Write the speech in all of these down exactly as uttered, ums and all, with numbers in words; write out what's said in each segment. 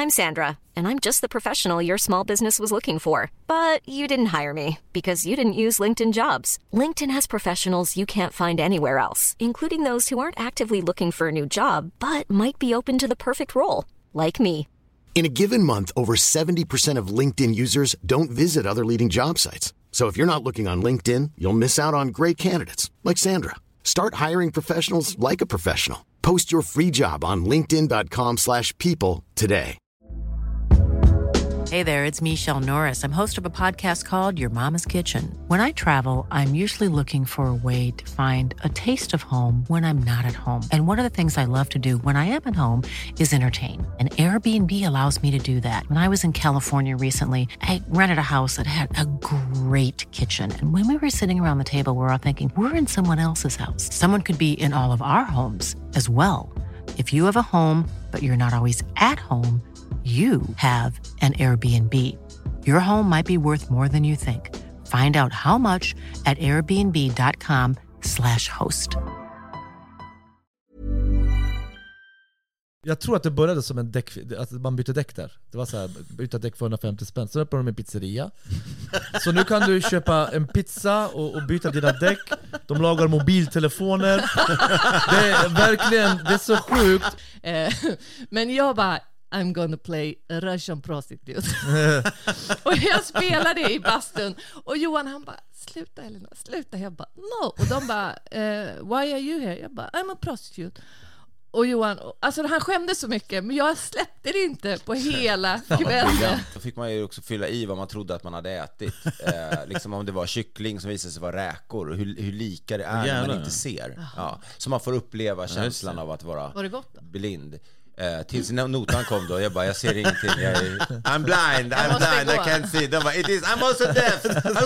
I'm Sandra, and I'm just the professional your small business was looking for. But you didn't hire me because you didn't use LinkedIn Jobs. LinkedIn has professionals you can't find anywhere else, including those who aren't actively looking for a new job, but might be open to the perfect role, like me. In a given month, over seventy percent of LinkedIn users don't visit other leading job sites. So if you're not looking on LinkedIn, you'll miss out on great candidates like Sandra. Start hiring professionals like a professional. Post your free job on linkedin dot com slash people today. Hey there, it's Michelle Norris. I'm host of a podcast called Your Mama's Kitchen. When I travel, I'm usually looking for a way to find a taste of home when I'm not at home. And one of the things I love to do when I am at home is entertain. And Airbnb allows me to do that. When I was in California recently, I rented a house that had a great kitchen. And when we were sitting around the table, we were all thinking, we're in someone else's house. Someone could be in all of our homes as well. If you have a home, but you're not always at home, you have an Airbnb. Your home might be worth more than you think. Find out how much at airbnb dot com slash host. Jag tror att det började som en däck, att man bytte däck där. Det var så här, byta däck för hundrafemtio spänn. Så öppnade de en pizzeria. Så nu kan du köpa en pizza och, och byta dina däck. De lagar mobiltelefoner. Det är verkligen, det är så sjukt. Men jag bara, I'm gonna play a Russian prostitute. Och jag spelade i bastun. Och Johan han bara, sluta Elina, sluta. Jag bara, no. Och de bara, uh, why are you here? Jag bara, I'm a prostitute. Och Johan, alltså han skämde så mycket, men jag släppte det inte på hela kvällen. Då fick man ju också fylla i vad man trodde att man hade ätit. Eh, liksom om det var kyckling som visade sig vara räkor, och hur, hur lika det är när man inte ser. Ja, så man får uppleva känslan av att vara var det gott då? blind. Eh, tills notan kom då, jag bara, jag ser ingenting. Jag är, I'm blind, I'm blind, I can't see. De bara, it is, I'm also deaf.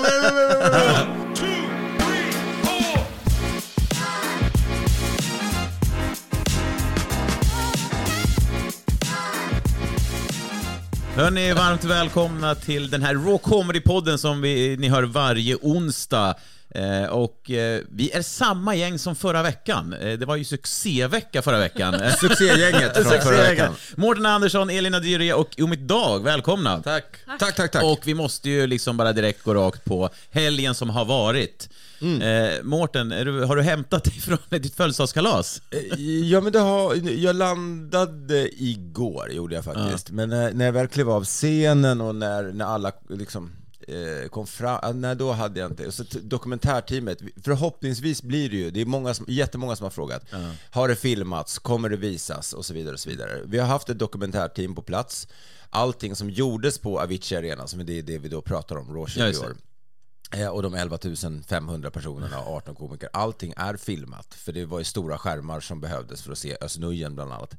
Hörrni, varmt välkomna till den här Raw Comedy-podden som vi, ni hör varje onsdag. Eh, och eh, vi är samma gäng som förra veckan. eh, Det var ju succévecka förra veckan. Succégänget från förra veckan. Mårten Andersson, Elina Dyre och Umit Dag, välkomna. Tack. Tack, tack, tack, tack. Och vi måste ju liksom bara direkt gå rakt på helgen som har varit. mm. eh, Mårten, är du, har du hämtat dig från ditt födelsedagskalas? Ja, men det har, jag landade igår, gjorde jag faktiskt. Ja. Men när, när jag väl klev av scenen och när, när alla liksom kom fram, nej, då hade jag inte. Så dokumentärteamet, förhoppningsvis blir det ju, det är många som, jättemånga som har frågat, uh-huh. har det filmats, kommer det visas och så vidare och så vidare. Vi har haft ett dokumentärteam på plats. Allting som gjordes på Avicii Arena, som är det, det vi då pratar om, Raw tjugo år. Och de elva tusen femhundra personerna och arton komiker, allting är filmat. För det var ju stora skärmar som behövdes för att se Özz Nujen bland annat.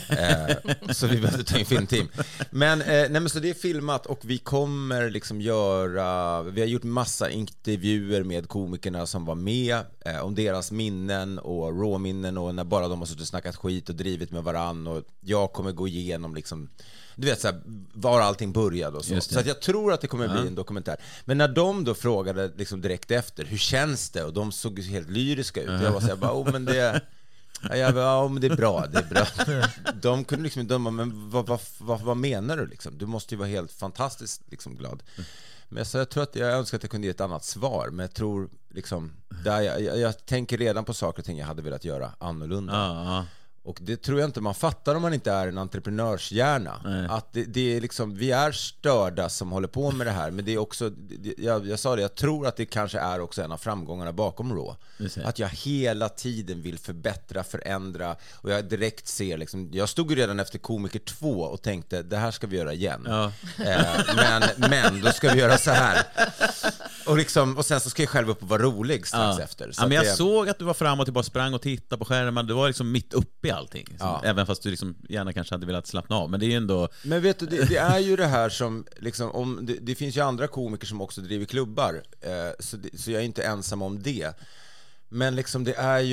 eh, Så vi behövde ta in filmteam. Men, eh, nej, men så det är filmat. Och vi kommer liksom göra, vi har gjort massa intervjuer med komikerna som var med, eh, om deras minnen och råminnen, och när bara de har suttit och snackat skit och drivit med varann. Och jag kommer gå igenom liksom, du vet så här, var allting började och så. Så att jag tror att det kommer bli en dokumentär. Men när de då frågade liksom direkt efter, hur känns det? Och de såg helt lyriska ut. Jag var så här, bara, oh, men det ja, jag bara, oh, men det är bra, det är bra. De kunde liksom inte döma, men vad, vad, vad, vad menar du liksom? Du måste ju vara helt fantastiskt liksom glad. Men så jag tror att jag önskar att jag kunde ge ett annat svar, men jag tror liksom där jag, jag, jag tänker redan på saker och ting jag hade velat göra annorlunda. Uh-huh. Och det tror jag inte man fattar om man inte är en entreprenörshjärna. Nej. Att det, det är liksom, vi är störda som håller på med det här. Men det är också, det, jag, jag sa det, jag tror att det kanske är också en av framgångarna bakom Raw. Att jag hela tiden vill förbättra, förändra. Och jag direkt ser liksom, jag stod ju redan efter Komiker två och tänkte, det här ska vi göra igen. Ja. eh, men, men då ska vi göra så här. Och, liksom, och sen så ska jag själv upp och vara rolig strax ja. efter. Så ja, men jag det... såg att du var fram och tillbaka, sprang och tittade på skärmen. Det var liksom mitt uppe i allting. Ja. Även fast du liksom gärna kanske hade velat slappna av. Men det är ju ändå... Men vet du, det, det är ju det här som liksom, om, det, det finns ju andra komiker som också driver klubbar. Eh, så, det, så jag är inte ensam om det. Men liksom det är ju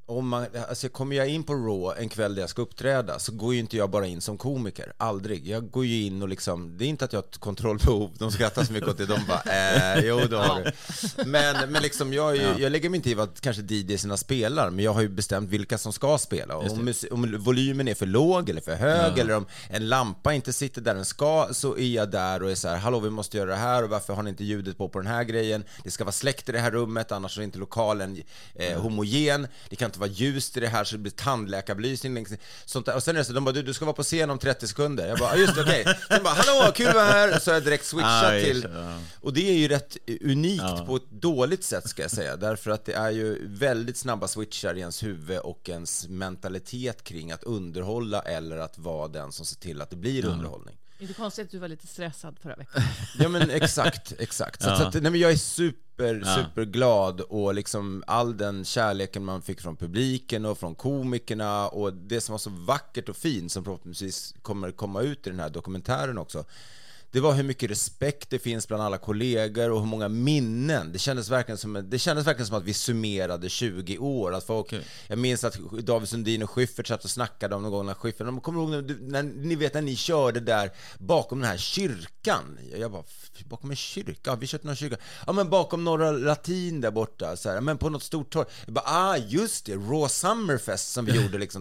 om man, alltså kommer jag in på Raw en kväll där jag ska uppträda, så går ju inte jag bara in som komiker. Aldrig. Jag går ju in och liksom, det är inte att jag har ett kontrollbehov. De skrattar så mycket åt det. De bara, eh, jo då har du. Men, men liksom, jag, ju, jag lägger mig inte i vad kanske D J-serna spelar, men jag har ju bestämt vilka som ska spela. Om, om volymen är för låg eller för hög, ja. eller om en lampa inte sitter där den ska, så är jag där och är så här, hallå, vi måste göra det här, och varför har ni inte ljudet på på den här grejen? Det ska vara släckt i det här rummet, annars är inte lokalen eh, homogen. Det kan inte vara ljust i det här, så det blir tandläkarbelysning, sånt där. Och sen är det så, de bara, du, du ska vara på scen om trettio sekunder. Jag bara, just det, okej. Okay. Sen bara, hallå, kul att vara här. Så har jag direkt switchat ah, till. Ja. Och det är ju rätt unikt ja. på ett dåligt sätt, ska jag säga. Därför att det är ju väldigt snabba switchar i ens huvud och ens mentalitet kring att underhålla eller att vara den som ser till att det blir ja. underhållning. Det är konstigt att du var lite stressad förra veckan. Ja, men exakt, exakt. Så, ja. så att, nej, men jag är super, ja. superglad, och liksom all den kärleken man fick från publiken och från komikerna, och det som var så vackert och fint, som förhoppningsvis kommer komma ut i den här dokumentären också, det var hur mycket respekt det finns bland alla kollegor och hur många minnen. Det kändes verkligen som, det kändes verkligen som att vi summerade tjugo år. Att folk, okay. Jag minns att David Sundin och Schyffert satt och snackade om någon gång när Schyffert, de kommer ihåg när, när ni vet när ni körde där bakom den här kyrkan. Jag bara, bakom en kyrka? Ja, vi körde någon kyrka. Ja, men bakom Norra Latin där borta, så här, men på något stort torg. Jag bara, ah, just det, Raw Summerfest som vi gjorde liksom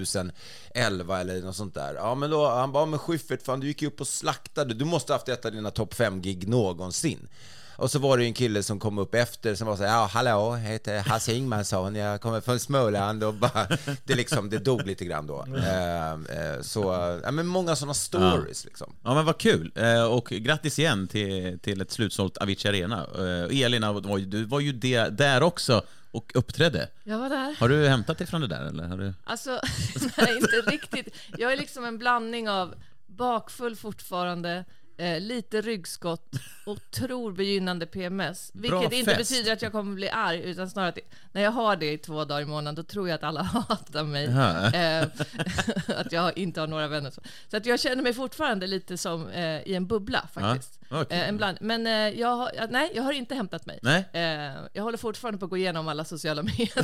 tjugoelva eller något sånt där. Ja, men då, han bara, men Schyffert, fan, du gick ju upp och slaktade. Du måste ha haft ett av dina topp fem gig någonsin. Och så var det en kille som kom upp efter som var så här, ja, hallå, jag heter Hasse Ingmansson, jag kommer från Småland, och bara, det liksom, det dog lite grann då. Eh, eh, så, ja, men många sådana stories ja. liksom. Ja, men vad kul. Eh, och grattis igen till, till ett slutsålt Avicii Arena. Eh, Elina, du var ju det, där också och uppträdde. Jag var där. Har du hämtat ifrån det där, eller? Har du... Alltså, nej, inte riktigt. Jag är liksom en blandning av bakfull fortfarande, Eh, lite ryggskott och tror begynnande P M S, vilket inte fest. betyder att jag kommer bli arg, utan snarare att när jag har det i två dagar i månaden, då tror jag att alla hatar mig. eh, att jag inte har några vänner. Så, så att jag känner mig fortfarande lite som eh, i en bubbla faktiskt. Ja, okay. eh, en bland- Men eh, jag, har, nej, jag har inte hämtat mig. Nej. Eh, jag håller fortfarande på att gå igenom alla sociala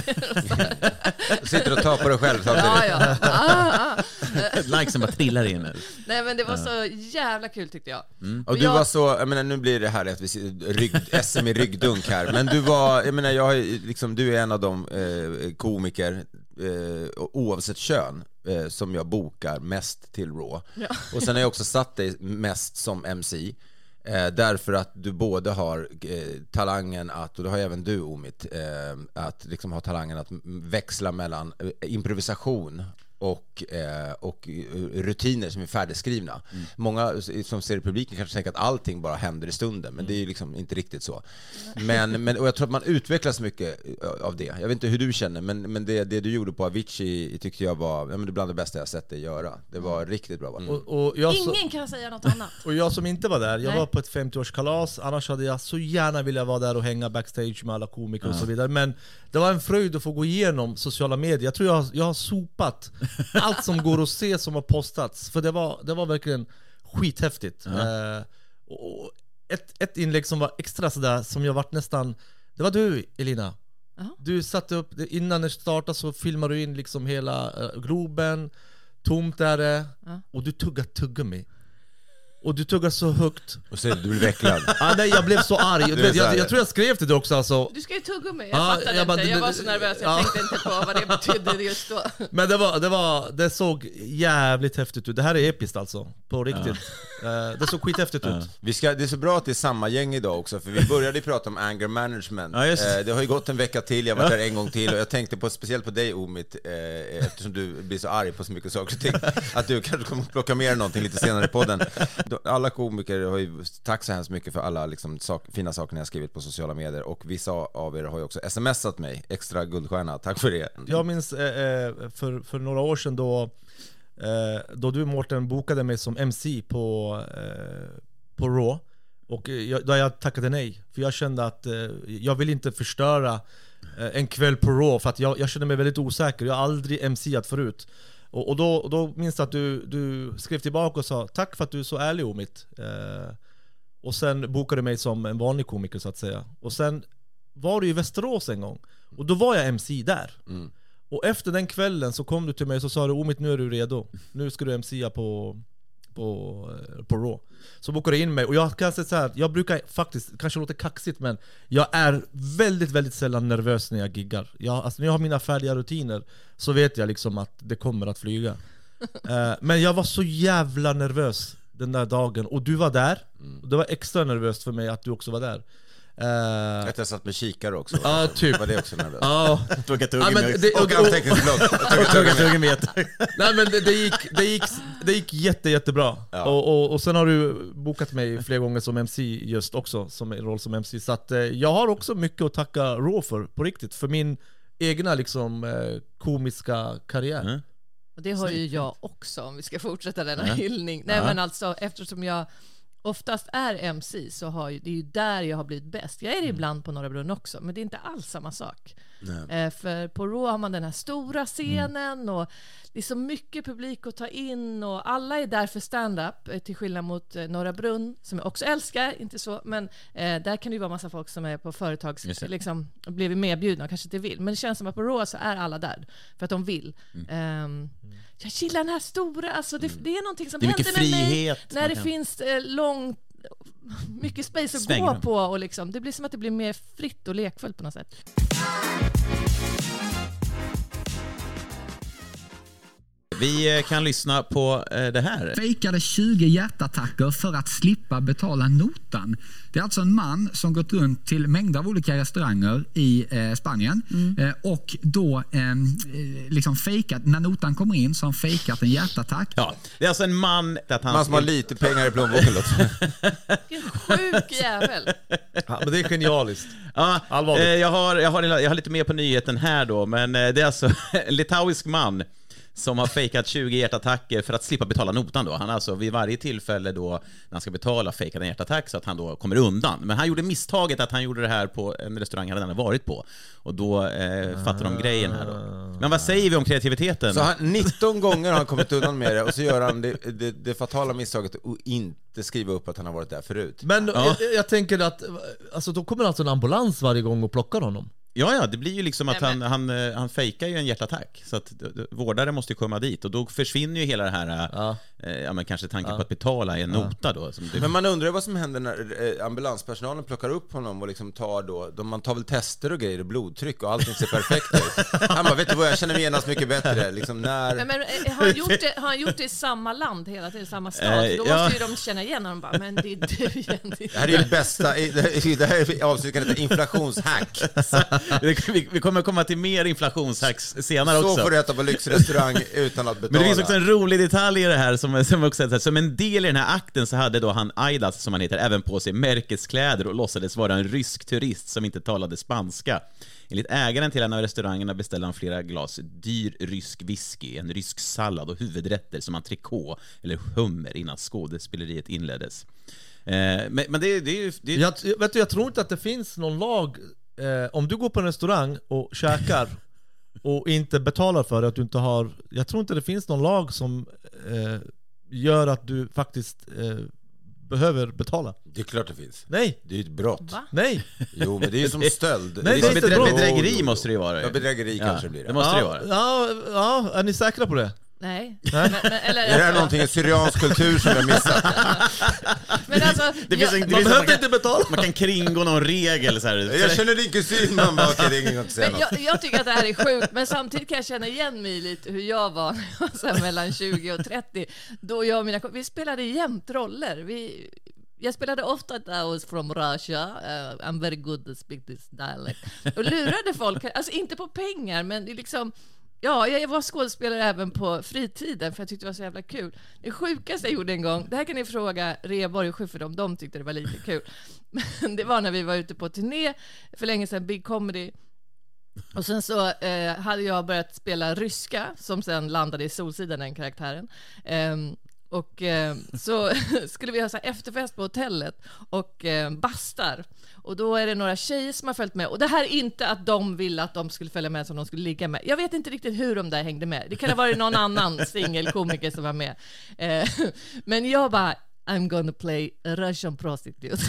medier. Sitter och tar på dig själv samtidigt. Ja, ja. Ah, ah. Like som bara trillar in. Nej, men det var så jävla kul, tyckte jag. Mm. Och du jag... var så, jag menar, nu blir det här att vi rygg, S M i ryggdunk här, men du var, jag menar, jag liksom, du är en av de eh, komiker eh, oavsett kön eh, som jag bokar mest till Raw. Ja. Och sen har jag också satt dig mest som M C. Eh, därför att du både har eh, talangen att, och det har även du, Omid, eh, att liksom ha talangen att växla mellan eh, improvisation och, eh, och rutiner som är färdigskrivna. Mm. Många som ser i publiken kanske tänker att allting bara händer i stunden, men mm. det är ju liksom inte riktigt så. Men, men, och jag tror att man utvecklas mycket av det. Jag vet inte hur du känner, men, men det, det du gjorde på Avicii tyckte jag var, ja, men det bland det bästa jag sett dig göra. Det var mm. riktigt bra. Mm. Och, och jag Ingen så, kan säga något annat. Och jag som inte var där, jag Nej. var på ett femtioårskalas, annars hade jag så gärna vilja vara där och hänga backstage med alla komiker mm. och så vidare. Men det var en fröjd att få gå igenom sociala medier. Jag tror jag, jag har sopat allt som går att se som har postats. För det var, det var verkligen skithäftigt. Uh-huh. Uh, och ett, ett inlägg som var extra sådär, som jag varit nästan... Det var du, Elina. Uh-huh. Du satte upp, innan det startade så filmade du in liksom hela uh, Globen. Tomt är det. Uh-huh. Och du tuggar tuggummi. Och du tuggar så högt. Och så du blev väcklad. Ah, nej, jag blev så arg. Du vet, jag, jag tror jag skrev till dig också alltså. Du ska ju tugga mig. Jag ah, fattade jag inte. Jag var så nervös. Jag ah. tänkte inte på vad det betydde just då. Men det var, det var det såg jävligt häftigt ut. Det här är episkt alltså. På riktigt. Ja. Det såg skithäftigt ja. ut. Vi ska, det är så bra att det är samma gäng idag också, för vi började prata om anger management. Ja, det har ju gått en vecka till. Jag var där en gång till och jag tänkte på, speciellt på dig, Omid, eftersom du blir så arg på så mycket saker och ting, att du kanske kommer plocka med någonting lite senare i podden. Alla komiker har ju, tack så hemskt mycket för alla liksom, sak, fina saker ni har skrivit på sociala medier, och vissa av er har ju också smsat mig, extra guldstjärna, tack för det. Jag minns eh, för, för några år sedan då eh, då du, Mårten, bokade mig som M C på, eh, på Raw, och jag, då jag tackade nej, för jag kände att eh, jag vill inte förstöra eh, en kväll på Raw, för att jag, jag kände mig väldigt osäker. Jag har aldrig M C-at förut. Och, och, då, och då minns jag att du, du skrev tillbaka och sa tack för att du är så ärlig, Omid. Eh, och sen bokade du mig som en vanlig komiker, så att säga. Och sen var du i Västerås en gång, och då var jag M C där. Mm. Och efter den kvällen så kom du till mig och så sa du, Omid, nu är du redo. Nu ska du M C-a på, på, på Raw. Så bokade in mig. Och jag kan säga så här, jag brukar faktiskt, kanske låter kaxigt, men jag är väldigt, väldigt sällan nervös när jag giggar. Jag, alltså när jag har mina färdiga rutiner så vet jag liksom att det kommer att flyga. uh, Men jag var så jävla nervös den där dagen. Och du var där. Och det var extra nervöst för mig att du också var där. Uh, att jag satt med kikare också. Ja, uh, typ. Var det också nervöst? Ja. Tugga tugga Ja, men med. det- Och anteckningsblock. Tugga tugga med. Nej, men det, det, gick, det, gick, det gick jätte, jättebra. Ja. Och, och, och sen har du bokat mig flera gånger som M C just också, som en roll som M C. Så att, eh, jag har också mycket att tacka Raw för, på riktigt. För min egna liksom, eh, komiska karriär. Mm. Och det har ju jag också, om vi ska fortsätta denna Ja. hyllning. Nej, Ja. men alltså, eftersom jag oftast är M C så har ju, det är ju där jag har blivit bäst. Jag är det ibland på Norra Brunn också, men det är inte alls samma sak. Eh, för på Raw har man den här stora scenen mm. och det är så mycket publik att ta in och alla är där för stand-up, eh, till skillnad mot eh, Norra Brunn som jag också älskar, inte så, men eh, där kan det ju vara massa folk som är på företags liksom, blivit medbjudna och kanske inte vill, men det känns som att på Raw så är alla där för att de vill. Mm. Um, jag gillar den här stora, alltså det, det är någonting som Det är händer mycket med frihet, mig när man det kan- finns eh, långt mycket space att Svängrum. gå på och liksom, det blir som att det blir mer fritt och lekfullt på något sätt. Vi kan lyssna på det här. Fejkade tjugo hjärtattacker för att slippa betala notan. Det är alltså en man som gått runt till mängder av olika restauranger i eh, Spanien mm. eh, och då eh, liksom fejkat, när notan kommer in så har han fejkat en hjärtattack. Ja, det är alltså en man att han Man som har lite pengar i plånboken. Vilken sjuk jävel. Ja, men det är genialiskt. Ja, Allvarligt. eh, jag, har, jag, har, jag har lite mer på nyheten här då, men eh, det är alltså en litauisk man som har fejkat tjugo hjärtattacker för att slippa betala notan då. Han alltså vid varje tillfälle då när han ska betala fejkat en hjärtattack så att han då kommer undan. Men han gjorde misstaget att han gjorde det här på en restaurang han redan varit på. Och då eh, fattar de grejen här då. Men vad säger vi om kreativiteten? Så han, nitton gånger har han kommit undan med det och så gör han det, det, det fatala misstaget att inte skriva upp att han har varit där förut. Men Ja. jag, jag tänker att alltså, då kommer alltså en ambulans varje gång och plockar honom. Ja, ja, det blir ju liksom att Nej, han, men- han, eh, han fejkar ju en hjärtattack. Så att d- d- vårdare måste ju komma dit. Och då försvinner ju hela det här, Ja. eh, ja men kanske tanken på att betala en nota då. Som det, Men man undrar vad som händer när eh, ambulanspersonalen plockar upp honom och liksom tar då, de, man tar väl tester och grejer och blodtryck och allting ser perfekt ut. Han bara, vet du vad, jag känner mig genast mycket bättre. Liksom när... Men, men eh, har, han gjort det, har han gjort det i samma land hela tiden, i samma stad? Eh, Då ja. måste ju de känna igen honom bara, men det är du igen. Det här är ju det bästa, det här är avsnitt heter inflationshack. vi, vi kommer komma till mer inflationshacks senare Så också. får du äta på lyxrestaurang utan att betala. Men det finns också en rolig detalj i det här som, som också är så här, som en del i den här akten så hade då han Aidas, som han heter, även på sig märkeskläder och låtsades vara en rysk turist som inte talade spanska. Enligt ägaren till en av restaurangerna beställde han flera glas dyr rysk whisky, en rysk sallad och huvudrätter som entrecote eller hummer innan skådespeleriet inleddes. Eh, men, men det, det är ju... Det är, Jag, vet du, jag tror inte att det finns någon lag eh, om du går på en restaurang och käkar och inte betalar för det, att du inte har, jag tror inte det finns någon lag som eh, gör att du faktiskt eh, behöver betala. Det är klart det finns. Nej, Det är ju ett brott. Va? nej. Jo, men det är ju som stöld. Nej, det är det är bedrä- inte bra. bedrägeri måste det ju vara. Ja, bedrägeri kanske blir det. Det måste det ju Ja, vara. ja, ja, är ni säkra på det? Nej. Men, men, eller, Är det här någonting i syriansk kultur som jag missat? men alltså, Det finns en, jag, det Man finns, man, behöver kan, inte betala. man kan kringgå någon regel så här. Jag känner din kusin, man bara, okej, det är inget att säga men något. jag, jag tycker att det här är sjukt, men samtidigt kan jag känna igen mig lite hur jag var när jag var så här mellan tjugo och trettio. Då jag och mina kom- vi spelade jämt roller. Vi, jag spelade ofta att I was from Russia, uh, I'm very good to speak this dialect. Och lurade folk, alltså inte på pengar, men det är liksom... Ja, jag var skådespelare även på fritiden för jag tyckte det var så jävla kul. Det sjukaste jag gjorde en gång, det här kan ni fråga Reborg och Schyffert om, de tyckte det var lite kul. Men det var när vi var ute på turné för länge sedan, Big Comedy. Och sen så eh, hade jag börjat spela ryska som sen landade i Solsidan, den karaktären. Ehm, och eh, så skulle vi ha så här efterfest på hotellet och eh, bastar. Och då är det några tjejer som har följt med. Och det här är inte att de ville att de skulle följa med som de skulle ligga med. Jag vet inte riktigt hur de där hängde med. Det kan ha varit någon annan singelkomiker som var med. Eh, men jag bara, I'm gonna play a Russian prostitute.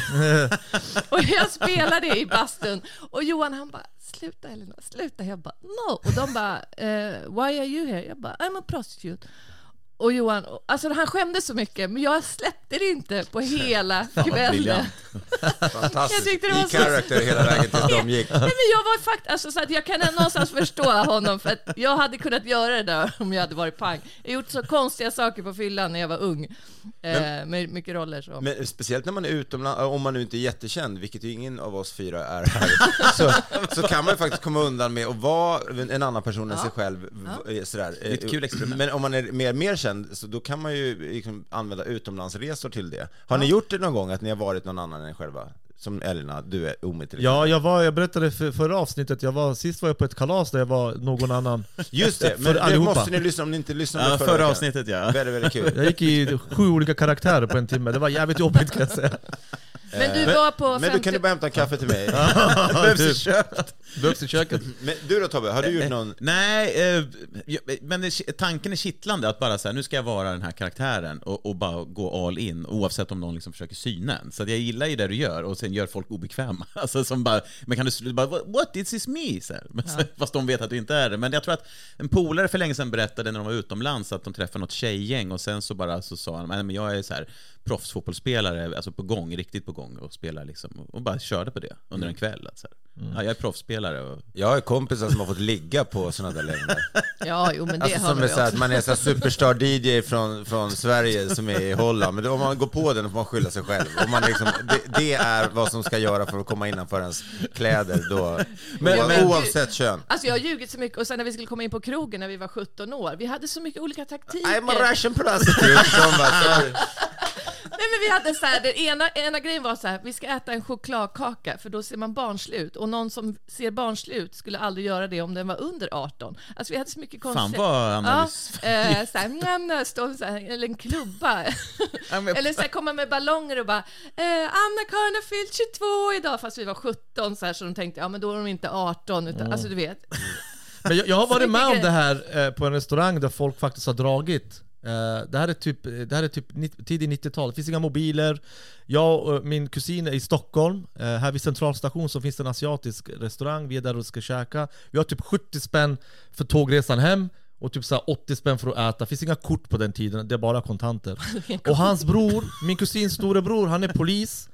Och jag spelade i bastun. Och Johan han bara, sluta Elina, sluta. Jag bara, no. Och de bara, uh, why are you here? Jag bara, I'm a prostitute. Och Johan, alltså han skämde så mycket, men jag släppte det inte på hela kvällen. Fantastiskt. Jag det var I character så... hela vägen tills de gick. Nej, men jag var faktiskt, alltså, så att jag kan någonstans förstå honom, för att jag hade kunnat göra det där om jag hade varit pang. Jag har gjort så konstiga saker på fyllan när jag var ung, men, eh, med mycket roller. Så. Men speciellt när man är utomlands, om man nu inte är jättekänd, vilket ju ingen av oss fyra är här, så, så kan man ju faktiskt komma undan med att vara en annan person än ja. sig själv. Ja. Sådär. Det är ett kul experiment. Men om man är mer, mer känd, så då kan man ju liksom använda utomlandsresor till det. Har ja. ni gjort det någon gång att ni har varit någon annan än själva? Som Elina, du är omedveten. Ja, jag var jag berättade för förra avsnittet, jag var sist var jag på ett kalas där jag var någon annan. Just det, men det måste ni lyssna om ni inte lyssnade ja, förra, förra avsnittet, ja. Väldigt, väldigt kul. Jag gick i sju olika karaktärer på en timme. Det var jävligt jobbigt kan jag säga. Men du var på Men femtio... du kan du bara hämta en kaffe till mig. Behövs i köket. Behövs i köket. Men du då Tobbe, har du gjort någon... Nej, eh, men tanken är kittlande att bara säga, nu ska jag vara den här karaktären och, och bara gå all in, oavsett om någon liksom försöker syna en. Så jag gillar ju det du gör och sen gör folk obekväma. Alltså som bara, men kan du bara, what, this is me? Så här. Ja. Fast de vet att du inte är det. Men jag tror att en polare för länge sedan berättade när de var utomlands att de träffade något tjejgäng och sen så bara så sa han, men jag är så här proffsfotbollsspelare, alltså på gång, riktigt på gång och spelar liksom, och bara körde på det under en kväll alltså. Mm. Ja, jag är proffsspelare och... Jag har kompisar som har fått ligga på sådana där längder. Ja, jo, men det alltså, har som är så att man är så här superstar D J från, från Sverige som är i Holland, men då, om man går på den får man skylla sig själv. Och man liksom, det, det är vad som ska göra för att komma innanför ens kläder då, men, o, men, oavsett kön. Alltså jag har ljugit så mycket, och sen när vi skulle komma in på krogen när vi var sjutton år, vi hade så mycket olika taktiker. I'm a Russian prostitute. Nej, men vi hade så här, den ena, ena grejen var så här, vi ska äta en chokladkaka för då ser man barnslig ut, och någon som ser barnslig ut skulle aldrig göra det om den var under arton. Alltså vi hade så mycket konstigt. Fan vad analys. Ja, eh, så här, stå så här, eller en klubba. Eller så här, komma med ballonger och bara eh, Anna-Karin har fyllt tjugotvå idag, fast vi var sjutton så här, så de tänkte, ja men då är de inte arton utan, mm. alltså du vet. Men jag, jag har varit med om det här eh, på en restaurang där folk faktiskt har dragit. Uh, det här är typ, det här är typ tidigt nittiotal. Det finns inga mobiler. Jag och min kusin är i Stockholm. Uh, här vid centralstation så finns det en asiatisk restaurang. Vi är där och ska käka. Vi har typ sjuttio spänn för tågresan hem och typ så här åttio spänn för att äta. Det finns inga kort på den tiden, det är bara kontanter. Och hans bror, min kusins storebror, han är polis.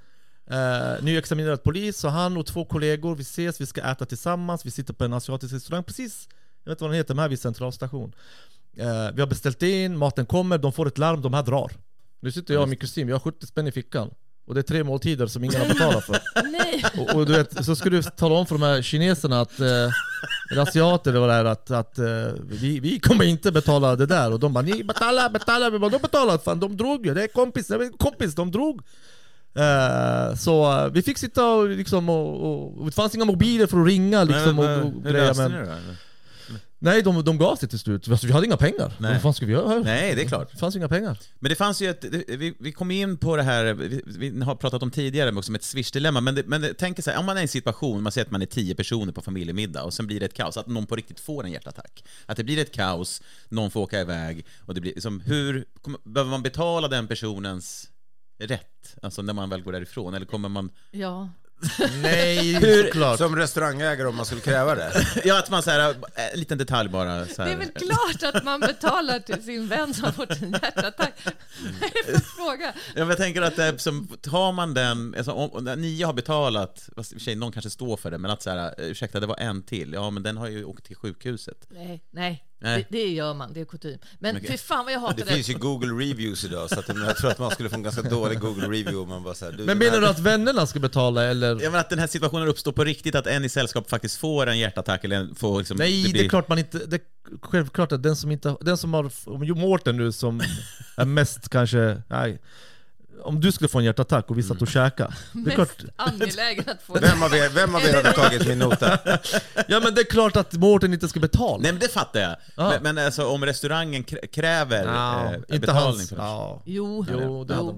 Uh, nyexaminerad polis. Så han och två kollegor, vi ses, vi ska äta tillsammans. Vi sitter på en asiatisk restaurang precis, jag vet inte vad den heter, men här vid centralstation. Uh, vi har beställt in, maten kommer, de får ett larm, de här drar. Nu sitter jag och min kusin, vi har sjuttio spänn i fickan. Och det är tre måltider som ingen har betalat för. Nej. Och, och du vet, så ska du tala om för de här kineserna att uh, eller asiater eller vad det är, att, att uh, vi, vi kommer inte betala det där. Och de bara, ni betalar, betalar. Vi bara, de betalar, fan, de drog ju, det är kompis, det är kompis, de drog. Uh, så uh, vi fick sitta och liksom och, och, och det fanns inga mobiler för att ringa liksom. Men, men, och, och grejer, men, det nej, de, de gav sig till slut. Alltså, vi hade inga pengar. Nej. Vad fan ska vi göra här? Nej, det är klart. Det fanns inga pengar. Men det fanns ju ett, det, vi, vi kom in på det här, vi, vi har pratat om tidigare också, med ett Swish-dilemma. Men, det, men det, tänk så här, om man är i en situation, man säger att man är tio personer på familjemiddag och sen blir det ett kaos, att någon på riktigt får en hjärtattack. Att det blir ett kaos, någon får åka iväg och det blir liksom, hur kommer, behöver man betala den personens rätt? Alltså när man väl går därifrån, eller kommer man... Ja. Nej, hur, klart. Som restaurangägare om man skulle kräva det. Ja, att man så här, en liten detalj bara så här. Det är väl klart att man betalar till sin vän som har fått en hjärtattack. Vad är det för fråga? Ja, jag tänker att det, som, tar man den, alltså, om, om nio har betalat, fast tjej, någon kanske står för det, men att så här, ursäkta, det var en till. Ja, men den har ju åkt till sjukhuset. Nej, nej. Nej. Det, det gör man, det är kutym. Men okay. Fy fan vad jag hatar det. Det finns ju Google Reviews idag, så att jag tror att man skulle få en ganska dålig Google Review om man bara så här, du, men menar du att vännerna ska betala eller? Ja, men att den här situationen uppstår på riktigt, att en i sällskap faktiskt får en hjärtattack eller får liksom, nej, det, blir... det är klart man inte, det är självklart att den som inte, den som har, om Mårten nu som är mest kanske, nej, om du skulle få en hjärtattack och vi satt och käka. Det är klart. Angelägen att få. Vem av er, vem av er har tagit min nota? Ja, men det är klart att Mårten inte ska betala. Nej, men det fattar jag. Ja. Men, men alltså, om restaurangen kräver ja, eh, inte betalning hans, för det. Ja. Jo, jo, det jo. hade de kanske.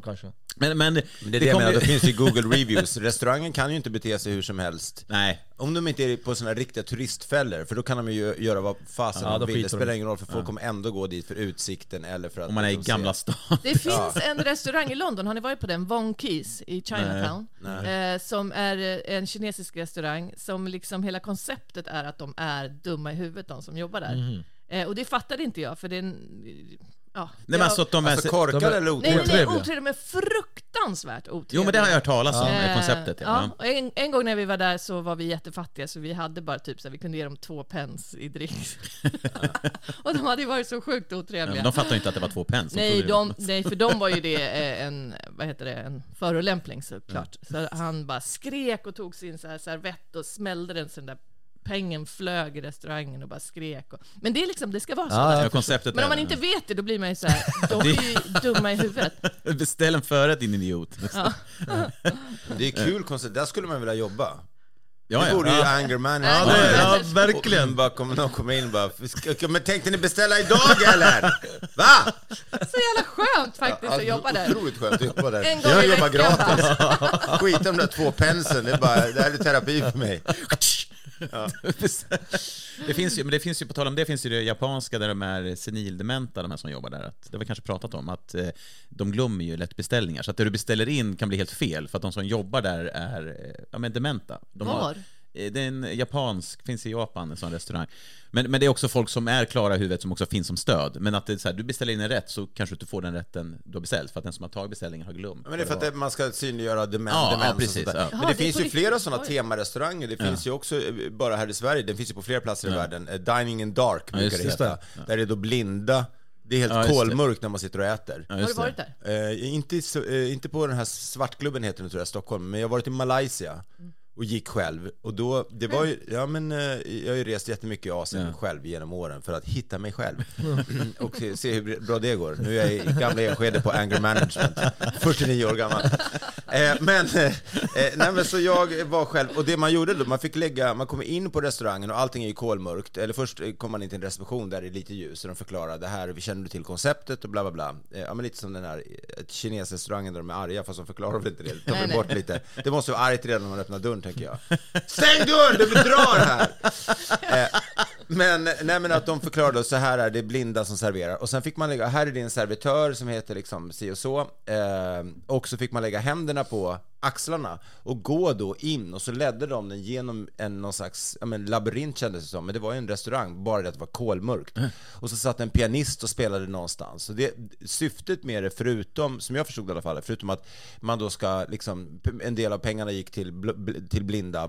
Men, men, men det är det, det jag menar, ju... det finns ju Google Reviews. Restaurangen kan ju inte bete sig hur som helst. Nej. Om de inte är på såna riktiga turistfällor, för då kan de ju göra vad fasen ja, de vill. Det spelar ingen roll, för folk ja. kommer ändå gå dit för utsikten eller för att... Om man är i Gamla stan. Det finns ja. en restaurang i London, har ni varit på den? Wong Keys i Chinatown. Nej. Nej. Eh, som är en kinesisk restaurang som liksom hela konceptet är att de är dumma i huvudet, de som jobbar där. Mm. Eh, och det fattade inte jag, för det är en... Ja, nej, men alltså, de är alltså korkade eller otrevliga? Nej, nej, nej, otrevliga, men fruktansvärt otrevliga. Jo, men det har jag hört talas om, ja. konceptet. Ja. Ja. En, en gång när vi var där så var vi jättefattiga, så vi hade bara typ så vi kunde ge dem två pence i dricks. Och de hade ju varit så sjukt otrevliga. Ja, de fattade inte att det var två pence. Nej, de, nej, för de var ju det en, vad heter det, en förolämpning såklart. Mm. Så han bara skrek och tog sin så här servett och smällde den sån där. Pengen flög i restaurangen och bara skrek. Och... Men det är liksom, det ska vara så. Ja, konceptet men om man inte vet det, då blir man ju så här, de är ju dumma i huvudet. Beställ en förrätt, din idiot. Ja. Det är kul koncept, där skulle man vilja jobba. Ja, det borde ja. ju anger management. Ja, det, ja, verkligen. Och bara kommer någon komma in och bara, men tänkte ni beställa idag eller? Va? Så jävla skönt faktiskt ja, att jobba där. Otroligt skönt att jobba där. En gång jag i jobbar veckan, gratis. Skit om de där två pensen, det är bara, det här är terapi för mig. Ja. Det finns ju, men det finns ju, på tal om det, finns ju det japanska där de är senildementa, de här som jobbar där, att, det har vi kanske pratat om, att eh, de glömmer ju lätt beställningar, så att det du beställer in kan bli helt fel, för att de som jobbar där är eh, ja, men dementa. De Var? Har, eh, det är en japansk, finns i Japan en sån restaurang. Men, men det är också folk som är klara i huvudet som också finns som stöd. Men att det är så här, du beställer in en rätt så kanske du inte får den rätten du har beställt, för att den som har tagit beställningen har glömt. Men det är för att det, man ska synliggöra demens. Ja, demens ja, precis, ja. Men det Jaha, finns det ju flera sådana Oj. temarestauranger. Det finns ja. ju också, bara här i Sverige, det finns ju på flera platser ja. i världen. Dining in Dark brukar ja, det heta. Ja. Där är då blinda. Det är helt ja, kolmörkt när man sitter och äter. Ja, har du varit där? Eh, inte, eh, inte på den här svartklubben heter det, tror jag, Stockholm. Men jag har varit i Malaysia. Mm. Och gick själv. Och då, det var ju, ja men jag har ju rest jättemycket i Asien ja. själv genom åren för att hitta mig själv. Och se, se hur bra det går. Nu är jag i gamla Enskede på anger management. fyrtionio år gammal. Eh, men, eh, nej men så jag var själv. Och det man gjorde då, man fick lägga, man kommer in på restaurangen och allting är ju kolmörkt. Eller först kommer man in till en reception där det är lite ljus. Och de förklarar, det här, vi känner till konceptet och bla bla bla. Eh, ja men lite som den här kinesrestaurangen där de är arga, fast de förklarar väl inte det. De tar bort lite. Det måste vara argt redan när man öppnar dörren, tänker jag. Stäng dörren, du drar här! Eh, men, nej, men att de förklarade, så här är det blinda som serverar. Och sen fick man lägga, här är det en servitör som heter liksom si och så. Eh, och så fick man lägga händerna på axlarna och gå då in, och så ledde de den genom en någon slags ja, men, labyrint kändes det som, men det var ju en restaurang, bara det att det var kolmörkt. Mm. Och så satt en pianist och spelade någonstans. Så det, syftet med det, förutom, som jag förstod i alla fall, förutom att man då ska liksom, en del av pengarna gick till, bl- till blinda,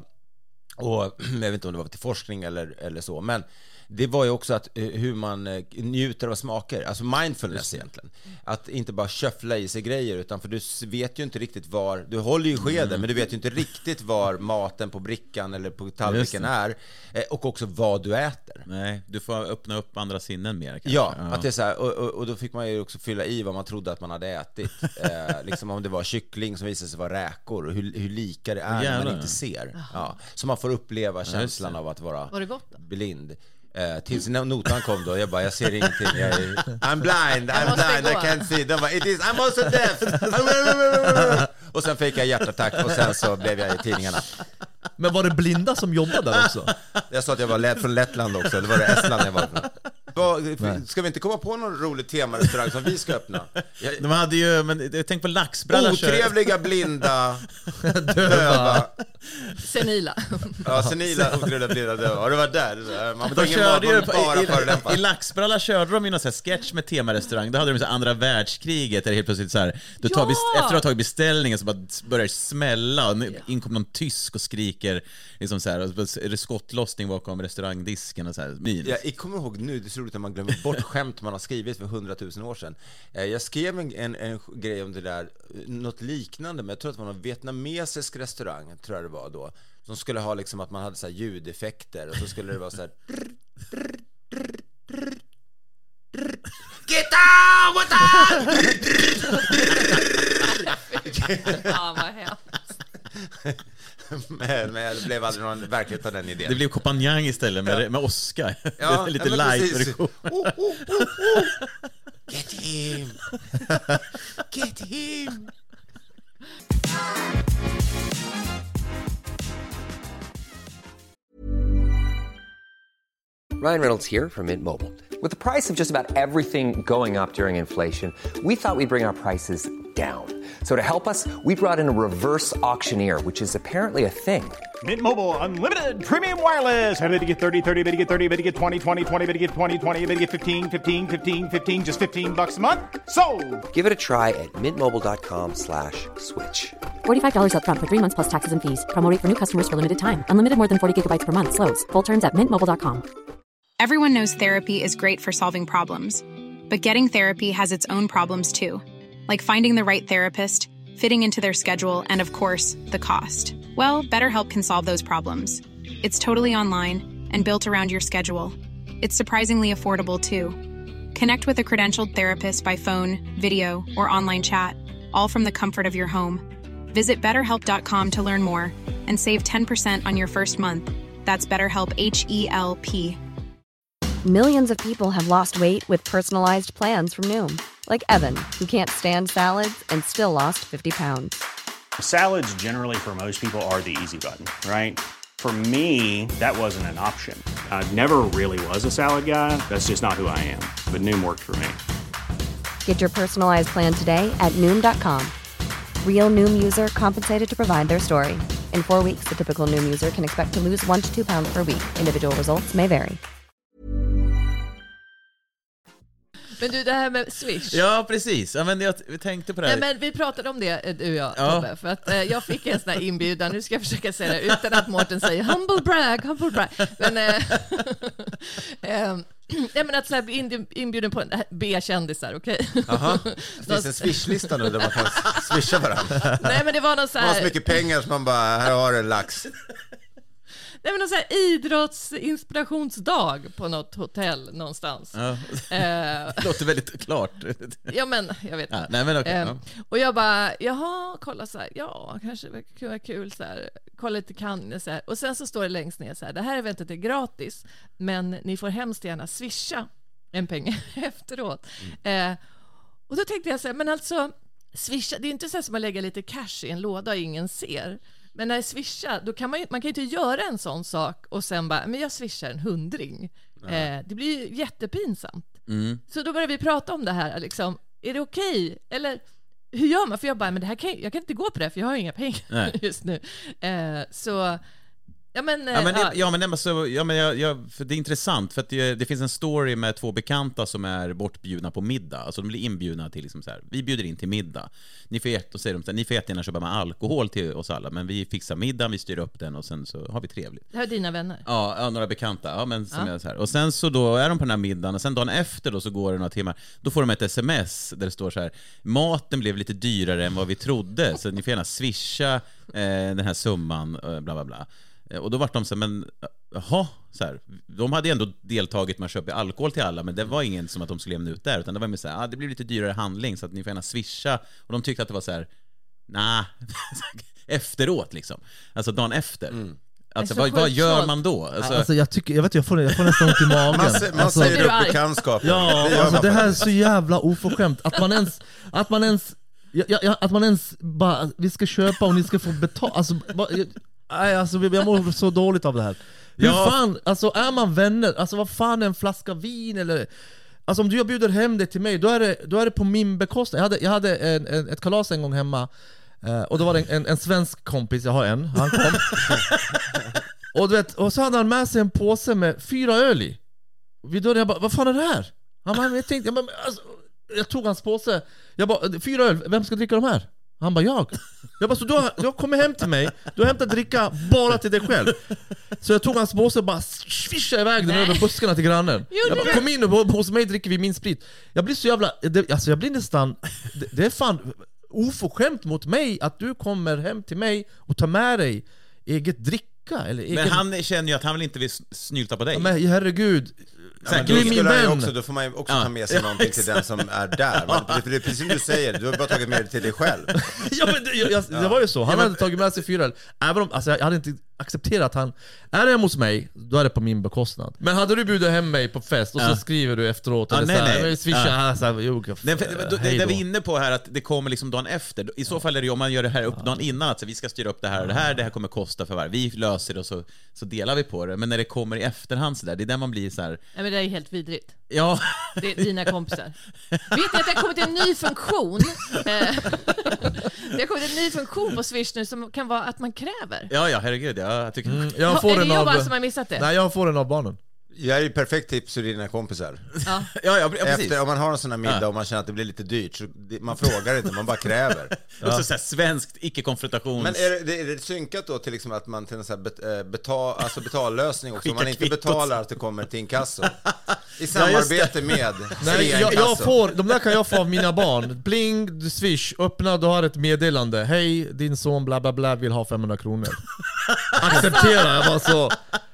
och jag vet inte om det var till forskning eller, eller så, men det var ju också att hur man njuter av smaker, alltså mindfulness egentligen. Att inte bara köffla i sig grejer, utan för du vet ju inte riktigt var, du håller ju skeden mm. men du vet ju inte riktigt var maten på brickan eller på tallriken är, och också vad du äter. Nej, du får öppna upp andra sinnen mer kanske. Ja, ja. Att det är så här, och, och, och då fick man ju också fylla i vad man trodde att man hade ätit. eh, liksom om det var kyckling som visade sig vara räkor, och hur, hur lika det är när man inte ser. Ja, så man får uppleva känslan av att vara var det gott då? Blind. Eh, tills notan kom då, jag bara, jag ser ingenting, jag är, I'm blind, I'm blind, I can't see. De bara, it is, I'm also deaf. Och sen fick jag hjärtattack, och sen så blev jag i tidningarna. Men var det blinda som jobbade där också? Jag sa att jag var från Lettland också, eller var det Estland jag var från? Ska vi inte komma på någon rolig temarestaurang som vi ska öppna? Jag... De hade ju, men tänk på laxbralla. Otrevliga, blinda, döva. Senila. Ja, senila, otrevliga, blinda, döva. Har du varit där? Man de körde ju bara i, i, i laxbralla körde de ju någon sån här sketch med temarestaurang. Då hade de så andra världskriget, där helt plötsligt så här, då tar vi, efter att ha tagit beställningen så bara börjar det smälla, och in kom någon tysk och skriker liksom så här, och är det skottlossning bakom restaurangdisken och så här. Ja, jag kommer ihåg nu, det är så roligt att man glömmer bort skämt man har skrivit för hundratusen år sedan. Jag skrev en, en, en grej om det där, något liknande, men jag tror att det var någon vietnamesisk restaurang, tror jag det var då, som skulle ha liksom att man hade så här ljudeffekter, och så skulle det vara så här get out, what ja, vad hemskt. Men, men det blev aldrig någon verklighet av den idén. Det blev Kompanjang istället med, ja. med Oscar. Ja, lite ja, light-version. Oh, oh, oh, oh. Get him. Get him. Ryan Reynolds here from Mint Mobile. With the price of just about everything going up during inflation, we thought we'd bring our prices down. So to help us, we brought in a reverse auctioneer, which is apparently a thing. Mint Mobile Unlimited Premium Wireless. How to get thirty, thirty, how to get thirty, how to get twenty, twenty, twenty, how to get twenty, twenty, how to get fifteen, fifteen, fifteen, fifteen, just fifteen bucks a month? Sold! Give it a try at mintmobile.com slash switch. forty-five dollars up front for three months plus taxes and fees. Promo rate for new customers for limited time. Unlimited more than forty gigabytes per month. Slows full terms at mint mobile dot com. Everyone knows therapy is great for solving problems. But getting therapy has its own problems too. Like finding the right therapist, fitting into their schedule, and of course, the cost. Well, BetterHelp can solve those problems. It's totally online and built around your schedule. It's surprisingly affordable too. Connect with a credentialed therapist by phone, video, or online chat, all from the comfort of your home. Visit better help dot com to learn more and save ten percent on your first month. That's BetterHelp, H E L P. Millions of people have lost weight with personalized plans from Noom. Like Evan, who can't stand salads and still lost fifty pounds. Salads generally for most people are the easy button, right? For me, that wasn't an option. I never really was a salad guy. That's just not who I am. But Noom worked for me. Get your personalized plan today at Noom dot com. Real Noom user compensated to provide their story. In four weeks, the typical Noom user can expect to lose one to two pounds per week. Individual results may vary. Men du, det här med Swish. Ja, precis. Ja, men jag tänkte på det här. Nej, men vi pratade om det, du och jag, ja. Tobbe, för att eh, jag fick en sån här inbjudan. Nu ska jag försöka säga det utan att Mårten säger humble brag, humble brag. Men, eh, eh, nej, men att så här bli inbjuden på en B-kändisar, okej? Okay? Jaha, det finns en swishlista nu där man kan swisha varandra. Nej, men det var någon så här... Man har så mycket pengar som man bara, här har en lax. Nej, men någon så här idrottsinspirationsdag på något hotell någonstans. Ja. Eh, det låter väldigt klart. ja, men jag vet ja, nej, men okay, eh, ja. Och jag bara, jaha, kolla så här, ja, kanske det kunde vara kul så här, kolla lite Cannes så här. Och sen så står det längst ner så här, det här eventet är gratis, men ni får hemskt gärna swisha en pengar efteråt. Mm. Eh, och då tänkte jag så här, men alltså, swisha, det är inte så här som att lägga lite cash i en låda och ingen ser. Men när jag swishar, då kan man ju, man kan ju inte göra en sån sak och sen bara, men jag swishar en hundring. Eh, det blir ju jättepinsamt. Mm. Så då börjar vi prata om det här, liksom, är det okej? Okay? Eller hur gör man? För jag bara, men det här kan, jag kan inte gå på det för jag har inga pengar Nej. just nu. Eh, så... Ja men, ja, men, ja. ja, men, alltså, ja, men jag, jag, för det är intressant för att det, det finns en story med två bekanta som är bortbjudna på middag. Alltså de blir inbjudna till liksom så här, vi bjuder in till middag. Ni får jätte, och säger de så här, ni får jättegärna köpa med alkohol till oss alla, men vi fixar middagen, vi styr upp den och sen så har vi trevligt. Det här är dina vänner? Ja, ja några bekanta. Ja, men som ja. jag så här. Och sen så då är de på den här middagen och sen dagen efter då så går det några timmar. Då får de ett sms där det står så här, maten blev lite dyrare än vad vi trodde, så ni får gärna swisha eh, den här summan, bla bla bla. Och då var de så här, men jaha, så här, de hade ändå deltagit med att köpa alkohol till alla, men det var ingen som att de skulle lämna ut där, utan det var mer så här, ah, det blir lite dyrare handling så att ni får gärna swisha. Och de tyckte att det var så här, nah, efteråt liksom, alltså dagen efter. Mm. Alltså vad, vad gör man då? Alltså, alltså jag tycker, jag vet jag får, jag får nästan ont i magen. Man, man alltså, säger upp bekantskap. Ja, det, alltså, det här är så jävla oförskämt att man ens, att man ens, ja, ja, att man ens bara, vi ska köpa och ni ska få betala, alltså bara, nej, alltså jag mår så dåligt av det här. Hur ja. fan, alltså är man vänner, alltså vad fan är en flaska vin eller, alltså om du bjuder hem det till mig, då är det, då är det på min bekostnad. Jag hade, jag hade en, en, ett kalas en gång hemma, eh, och då var det en, en, en svensk kompis, jag har en, han kom och du vet, och så hade han med sig en påse med fyra öl i. Vi då jag bara, vad fan är det här? Han bara, jag tänkte, jag, bara, alltså, jag tog hans påse, jag bara, fyra öl, vem ska dricka de här? Han bara, jag. Jag bara, så du har, du har kommit hem till mig, du har hämtat dricka bara till dig själv. Så jag tog hans påse och bara swishade iväg den över buskarna till grannen. Jag bara, kom in och hos mig dricker vi min sprit. Jag blir så jävla, det, alltså jag blir nästan, det, det är fan oförskämt mot mig att du kommer hem till mig och tar med dig eget dricka. Eller egen... Men han känner ju att han vill inte vill snylta på dig. Ja, men herregud. Ja, men då, min vän. Också, då får man ju också ja. ta med sig ja, någonting exakt. till den som är där. Men, för det är precis som du säger, du har bara tagit med det till dig själv. Ja, men det, jag, jag, det var ju så. Han ja, men... hade tagit med sig fyra öl. Även om, alltså, jag hade inte acceptera att han är hemma hos mig, då är det på min bekostnad. Men hade du bjudit hem mig på fest och så ja. skriver du efteråt ja, eller nej, så här, nej. swisha, ja. så här, jo, nej, för, det, det, det vi är inne på här att det kommer liksom dagen efter. I så fall är det ju om man gör det här upp dagen innan att så vi ska styra upp det här och det här, det här kommer kosta för varje. Vi löser det och så, så delar vi på det. Men när det kommer i efterhand så där, det är där man blir så här. Nej, men det är helt vidrigt. Ja. Det är dina kompisar. Vet ni att det har kommit en ny funktion? Det har kommit en ny funktion på Swish nu som kan vara att man kräver. Ja, ja, herregud. Ja, jag tycker... Mm, jag får är den det jag av... bara som har missat det? Nej, jag får den av barnen. Jag är ju perfekt tips för dina kompisar. Ja. ja, ja, precis. Efter, om man har en sån här middag ja. och man känner att det blir lite dyrt, så det, man frågar inte, man bara kräver. Ja. Och så, så här, svenskt icke-konfrontations... Men är det, är det synkat då till liksom att man till en sån här betal, alltså betallösning också, om man inte betalar att det kommer till inkasso? I samarbete ja, med Nej, jag, jag får, de där kan jag få av mina barn. Bling, du swish, öppna, du har ett meddelande. Hej, din son bla bla bla vill ha femhundra kronor. Acceptera, jag var så...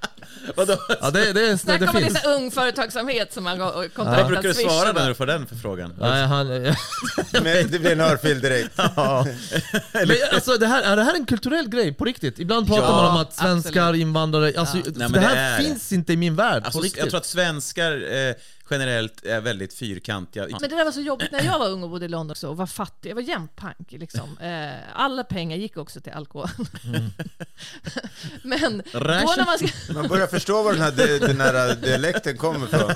Ja, det, det, är, Snacka det om finns. lite ung företagsamhet som man kontaktar. Ja. Vad brukar du svara när du får den förfrågan? Nej, han... Men det blir en örfil direkt. Ja. Men alltså, det här, är det här en kulturell grej på riktigt? Ibland pratar ja, man om att svenskar, absolut. invandrare... Alltså, ja. Nej, det här det är... finns inte i min värld alltså, på riktigt. Jag tror att svenskar... Eh, generellt är väldigt fyrkantiga. Men det där var så jobbigt när jag var ung och bodde i London också och var fattig. Jag var jämpank liksom. Eh, alla pengar gick också till alkohol. Mm. Men då när man, ska... man börjar förstå var den här, den här dialekten kommer från.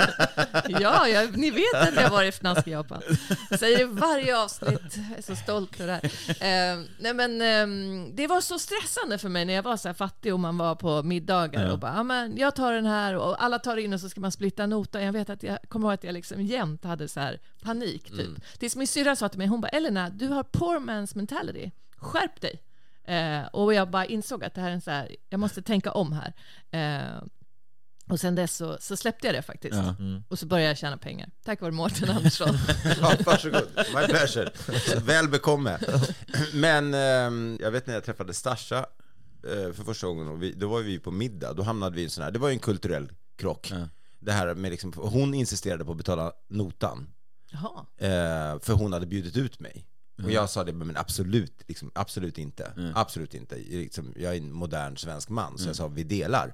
Ja, jag, ni vet att jag var i fnask i Japan. Säger det varje avsnitt. Jag är så stolt över det här. Eh, nej men eh, det var så stressande för mig när jag var så här fattig och man var på middagar ja. och bara, ja men jag tar den här och alla tar in och så ska man splitta nota. Jag vet att jag kommer ihåg att jag liksom jämt hade så här panik typ. Mm. Tills min syrra sa till mig, hon bara, Elena, du har poor man's mentality. Skärp dig. Eh, och jag bara insåg att det här är en så här, jag måste tänka om här. Eh, och sen dess så, så släppte jag det faktiskt. Ja. Mm. Och så började jag tjäna pengar. Tack vare Mårten Andersson. Ja, varsågod. My pleasure. Väl bekomme. Men eh, jag vet när jag träffade Stasha eh, för första gången, och vi, då var vi på middag. Då hamnade vi i en sån här, det var ju en kulturell krock. Ja. Det här med liksom, hon insisterade på att betala notan. Eh, för hon hade bjudit ut mig. Mm. Och jag sa det, men absolut, liksom, absolut inte. Mm. Absolut inte. Liksom, jag är en modern svensk man, så mm. jag sa, vi delar.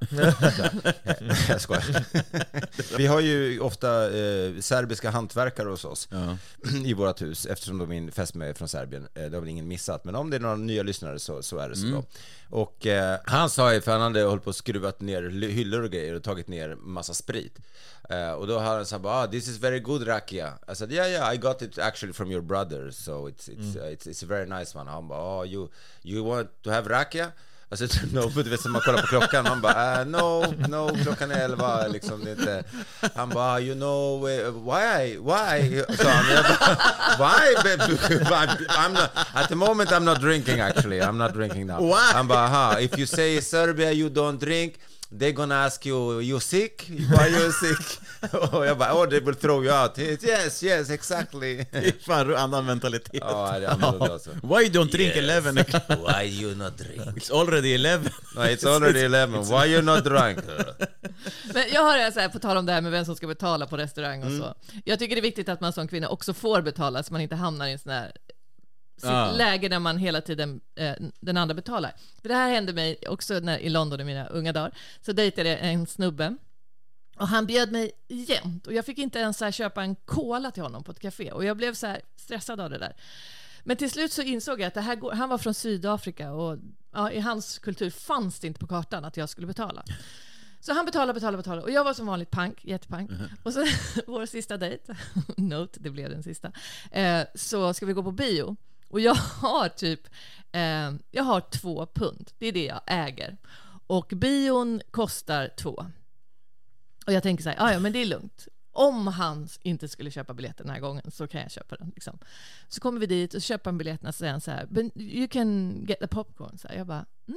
Jag skojar. Vi har ju ofta eh, serbiska hantverkare hos oss ja. i vårt hus, eftersom de är min fästmö är från Serbien. Eh, det har väl ingen missat, men om det är några nya lyssnare så, så är det så mm. då. Och eh, han sa ju, för han hade hållit på och skruvat ner hyllor och grejer och tagit ner massa sprit. Uh, och då har han sagt, ah, this is very good rakia. I said, yeah, yeah, I got it actually from your brother, so it's it's mm. uh, it's, it's a very nice one. Han bara, oh, you you want to have rakia? I said, no, but du vet, man kollar på klockan. Han bara, uh, no, no, klockan är elva, liksom, det är inte. Han bara, you know, uh, why, why? Så han, jag bara, why? I'm not, at the moment I'm not drinking actually, I'm not drinking now. Why? Han bara, aha, if you say Serbia you don't drink, they're gonna ask you, you sick? Why you sick? Och jag bara, oh, they will throw you out. Yes, yes, exactly. Det är fan annan mentalitet. Ja, det är annorlunda alltså. Why don't drink yes. eleven? Why you not drink? It's already eleven. No, it's already eleven. Why you not drunk? Men jag har så här, på tal om det här med vem som ska betala på restaurang och mm. så. Jag tycker det är viktigt att man som kvinna också får betala, så man inte hamnar i en sån här ah. läge där man hela tiden eh, den andra betalar. För det här hände mig också när, i London i mina unga dagar. Så dejtade jag en snubbe och han bjöd mig jämt och jag fick inte ens så här, köpa en cola till honom på ett café och jag blev så här stressad av det där. Men till slut så insåg jag att det här går, han var från Sydafrika och ja, i hans kultur fanns det inte på kartan att jag skulle betala. Så han betalade, betalade, betalade. Och jag var som vanligt pank, jättepank. Mm-hmm. Och så vår sista dejt, note, det blev den sista, eh, så ska vi gå på bio. Och jag har typ, eh, jag har två pund. Det är det jag äger. Och bion kostar två. Och jag tänker så här, ja men det är lugnt. Om han inte skulle köpa biljetten den här gången så kan jag köpa den. Liksom. Så kommer vi dit och köper en biljett och säger han så här, but you can get the popcorn. Så här, jag bara, mm.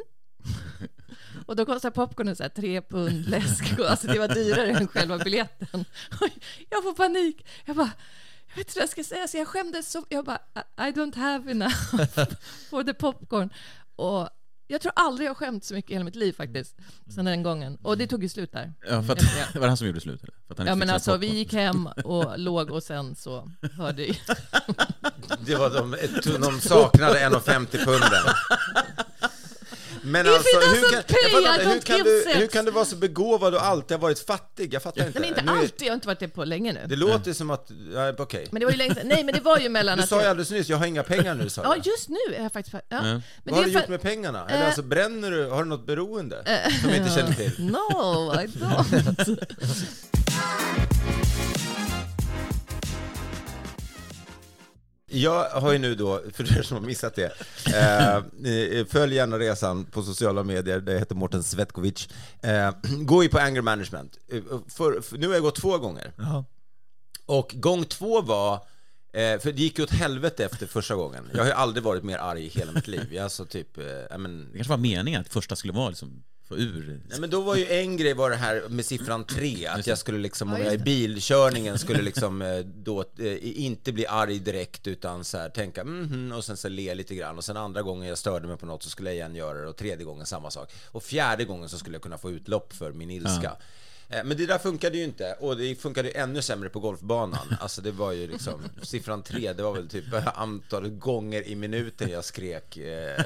Och då kostar popcornen så här tre pund läsk. Alltså det var dyrare än själva biljetten. Jag får panik. Jag bara, jag vet inte vad jag ska säga. Så jag skämdes så. Jag bara, I don't have enough for the popcorn. Och jag tror aldrig jag skämt så mycket i hela mitt liv faktiskt. Sen den gången. Och det tog ju slut där. Ja, för att, det var han som gjorde slut? Eller? För att han ja, men alltså popcorn. Vi gick hem och låg och sen så hörde jag. Det var de, de saknade en femtio punden. Men alltså, hur kan, jag fattar inte, hur, kan du, hur kan du vara så begåvad och alltid ha varit fattig? Jag fattar inte. Nej, men inte nu, alltid, jag har inte varit det på länge nu. Det låter som att, ja, okej. Okay. Men det var ju länge sedan. Nej, men det var ju mellan... Du att sa ju jag... alldeles nyss, jag har inga pengar nu, sa Ja, jag. just nu är jag faktiskt... Ja. Mm. Men vad har du för... gjort med pengarna? Eller uh... alltså, bränner du, har du något beroende uh... som vi inte känner till? No, I don't. Jag har ju nu då, för er som har missat det, eh, följ gärna resan på sociala medier, det heter Mårten Svetkovic. Eh, gå ju på anger management. För, för, nu har jag gått två gånger. Jaha. Och gång två var, eh, för det gick ju åt helvete efter första gången. Jag har ju aldrig varit mer arg i hela mitt liv. Jag är så typ, eh, men... Det kanske var meningen att första skulle vara liksom... Ur. Nej, men då var ju en grej var det här med siffran tre, att jag skulle liksom, om jag i bilkörningen skulle liksom då inte bli arg direkt utan så här tänka mhm, och sen så le lite grann, och sen andra gången jag störde mig på något så skulle jag igen göra det, och tredje gången samma sak, och fjärde gången så skulle jag kunna få utlopp för min ilska. Ja. Men det där funkade ju inte, och det funkade ju ännu sämre på golfbanan. Alltså det var ju liksom, siffran tre, det var väl typ antalet gånger i minuten jag skrek eh,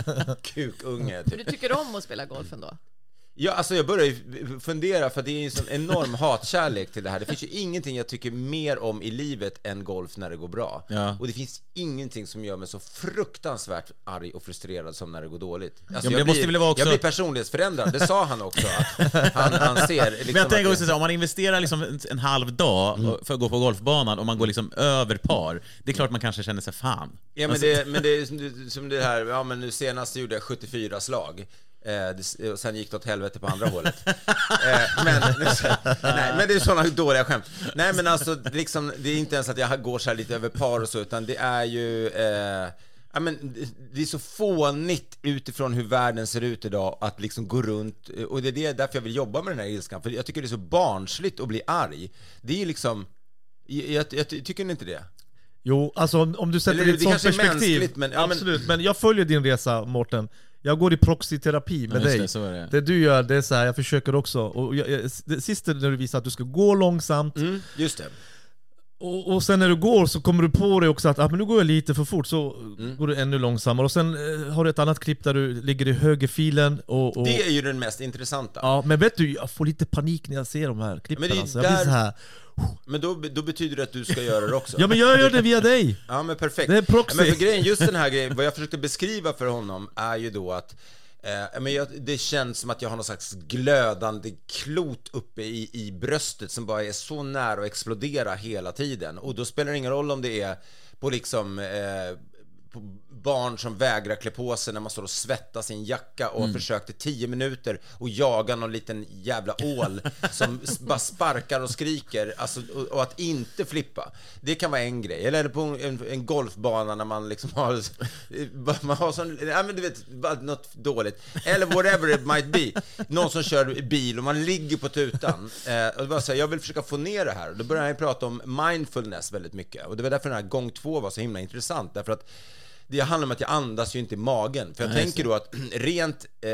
kukunge typ. Du tycker om att spela golf ändå? Ja, alltså jag börjar ju fundera, för det är en sån enorm hatkärlek till det här. Det finns ju ingenting jag tycker mer om i livet än golf när det går bra. Ja. Och det finns ingenting som gör mig så fruktansvärt arg och frustrerad som när det går dåligt. Alltså ja, jag, måste blir, väl vara också... jag blir personlighetsförändrad, det sa han också. Att han, han ser, liksom. Men jag tänker också så, om man investerar liksom en, en halv dag mm. för att gå på golfbanan och man går liksom över par, det är klart man kanske känner sig fan. Ja, men, alltså... det, men det är som det här, ja men nu senast gjorde jag sjuttiofyra slag. Eh, och sen gick det åt helvete på andra hållet. eh, men, nej, men det är sådana dåliga skämt. Nej, men alltså liksom, det är inte ens att jag går så här lite över par och så, utan det är ju eh, ja, men det är så fånigt utifrån hur världen ser ut idag att liksom gå runt, och det är det, därför jag vill jobba med den här ilskan, för jag tycker det är så barnsligt att bli arg. Det är liksom, jag, jag, jag tycker inte det. Jo, alltså om, om du sätter Eller, det i ett sånt perspektiv, men, ja, absolut, men... men jag följer din resa, Mårten. Jag går i proxyterapi med ja, dig. Det, det. det du gör, det är så här, jag försöker också. Och jag, jag, det sista när du visar att du ska gå långsamt. Mm, just det. Och, och sen när du går så kommer du på dig också att ah, men nu går jag lite för fort, så mm. går du ännu långsammare. Och sen eh, har du ett annat klipp där du ligger i högerfilen. Och, och... Det är ju den mest intressanta. Ja, men vet du, jag får lite panik när jag ser de här klippen. Men, alltså. där... jag blir så här... men då, då betyder det att du ska göra det också. Ja, men jag gör det via dig. Ja, men perfekt. Det är proxy. Men för grejen, just den här grejen, vad jag försökte beskriva för honom är ju då att eh, men jag, det känns som att jag har någon slags glödande klot uppe i, i bröstet som bara är så nära att explodera hela tiden. Och då spelar det ingen roll om det är på liksom eh, på barn som vägrar klä på sig när man står och svettas i en jacka och mm. försökte tio minuter och jaga någon liten jävla ål som bara sparkar och skriker, alltså, och, och att inte flippa. Det kan vara en grej. Eller på en, en golfbana när man liksom har man har sån, ja, men du vet, något dåligt. Eller whatever it might be. Någon som kör bil och man ligger på tutan. Eh, och det var så här, jag vill försöka få ner det här. Och då började jag prata om mindfulness väldigt mycket. Och det var därför den här gång två var så himla intressant. Därför att det handlar om att jag andas ju inte i magen. För jag Nej, tänker då att rent eh,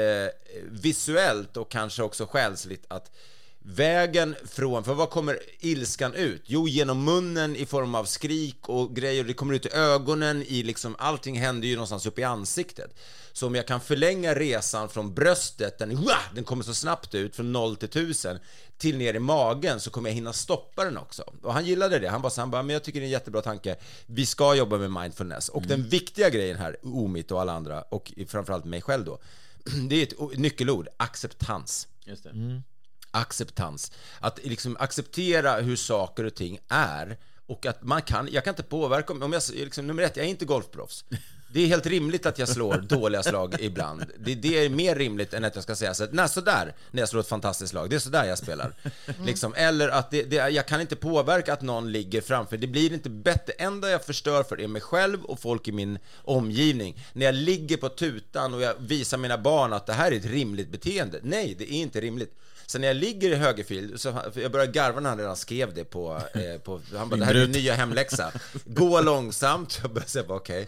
visuellt och kanske också själsligt att vägen från, för vad kommer ilskan ut? Jo, genom munnen i form av skrik och grejer. Det kommer ut i ögonen, i liksom, allting händer ju någonstans upp i ansiktet. Så om jag kan förlänga resan från bröstet, den, den kommer så snabbt ut från noll till tusen till ner i magen, så kommer jag hinna stoppa den också. Och han gillade det. Han bara, han bara men jag tycker det är en jättebra tanke. Vi ska jobba med mindfulness. Och mm. den viktiga grejen här, Omit och alla andra, och framförallt mig själv då, det är ett nyckelord, acceptans. Just det. Mm. Acceptans. Att liksom acceptera hur saker och ting är, och att man kan, jag kan inte påverka om jag liksom, nummer ett, jag är inte golfproffs. Det är helt rimligt att jag slår dåliga slag ibland. Det, det är mer rimligt än att jag ska säga så att, nej, så där när jag slår ett fantastiskt slag. Det är så där jag spelar. Liksom, eller att det, det, jag kan inte påverka att någon ligger framför. Det blir inte bättre. Enda jag förstör för är mig själv och folk i min omgivning. När jag ligger på tutan och jag visar mina barn att det här är ett rimligt beteende. Nej, det är inte rimligt. Så när jag ligger i högerfil, så jag började garva när han redan skrev det på, eh, på han bara, det här är en nya hemläxa. Gå långsamt. Jag började säga, okej. Okay.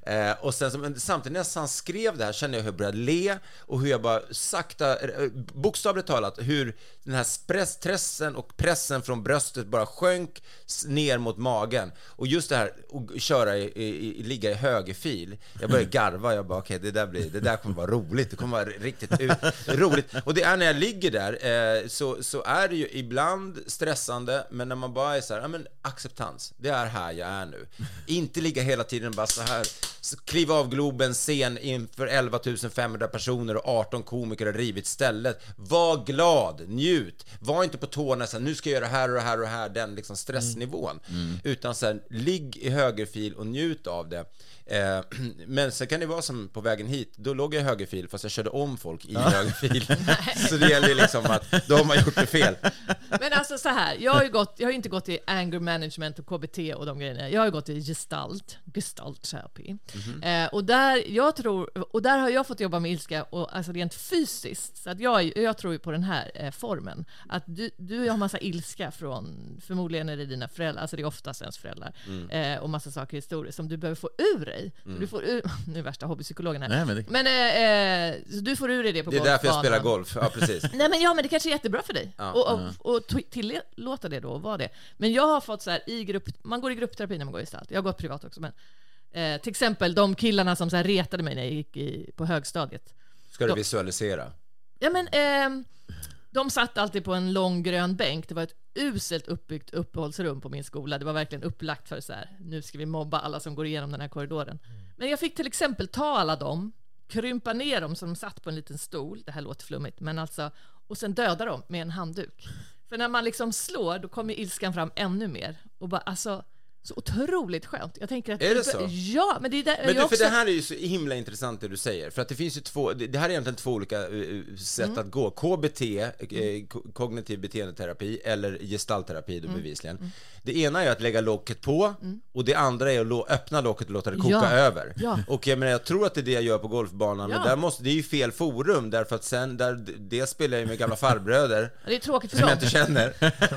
Eh, och sen, men samtidigt när han skrev det här kände jag hur jag började le och hur jag bara sakta, bokstavligt talat, hur den här stressen och pressen från bröstet bara sjönk ner mot magen. Och just det här att köra i, i, i, ligga i högerfil. Jag började garva, jag bara okej, okay, det där blir, det där kommer vara roligt. Det kommer vara riktigt ut, roligt. Och det är när jag ligger där eh, så, så är det ju ibland stressande, men när man bara är så här, ja men acceptans. Det är här jag är nu. Inte ligga hela tiden bara så här, kliva av Globen scen inför elva tusen femhundra personer och arton komiker har rivit stället. Var glad, njut. Var inte på tårna så här, nu ska jag göra här och här och här, den liksom stressnivån. Mm. Utan så här, ligg i högerfil och njut av det. Eh, men sen kan det vara som på vägen hit, då låg jag i högerfil fast jag körde om folk i ja. högerfil. Så det gäller liksom att då har man gjort det fel. Men alltså så här, jag har ju gått, jag har inte gått i anger management och K B T och de grejerna. Jag har gått i gestalt, gestalt terapi. Mm-hmm. Eh, och där jag tror och där har jag fått jobba med ilska och alltså rent fysiskt. Så att jag jag tror ju på den här eh, formen att du du har massa ilska från förmodligen är det dina föräldrar, alltså det är oftast ens föräldrar mm. eh, och massa saker historiskt som du behöver få ur dig. Mm. Du får ur, nu är värsta hobbypsykologen här. Nej, men det... men eh, eh, du får ur dig det på golfbanan. Det är därför jag spelar golf. Ja, precis. Nej men ja, men det kanske är jättebra för dig. Ja. Och, och, och, och tillåta det då och vara det. Men jag har fått så här i grupp, man går i gruppterapi när man går i stalt. Jag har gått privat också, men eh, till exempel de killarna som så här retade mig när jag gick i, på högstadiet. Ska du de, visualisera? Ja men eh, de satt alltid på en lång grön bänk. Det var ett uselt uppbyggt uppehållsrum på min skola. Det var verkligen upplagt för så här, nu ska vi mobba alla som går igenom den här korridoren. Men jag fick till exempel ta alla dem, krympa ner dem som de satt på en liten stol. Det här låter flummigt, men alltså, och sen döda dem med en handduk. För när man liksom slår, då kommer ilskan fram ännu mer. Och bara, alltså, så otroligt skönt. Jag tänker att är det så? Ja, men det är där, men du, också... för det här är ju så himla intressant det du säger. För att det finns ju två, det här är egentligen två olika uh, sätt mm. att gå. K B T, mm. eh, kognitiv beteendeterapi, eller gestaltterapi då mm. bevisligen. Mm. Det ena är att lägga locket på mm. och det andra är att lo- öppna locket och låta det koka ja. över. Ja. Och jag menar, jag tror att det är det jag gör på golfbanan, ja. men där måste, det är ju fel forum, därför att sen, där, det spelar jag med gamla farbröder. Det är tråkigt för som dem. jag inte känner.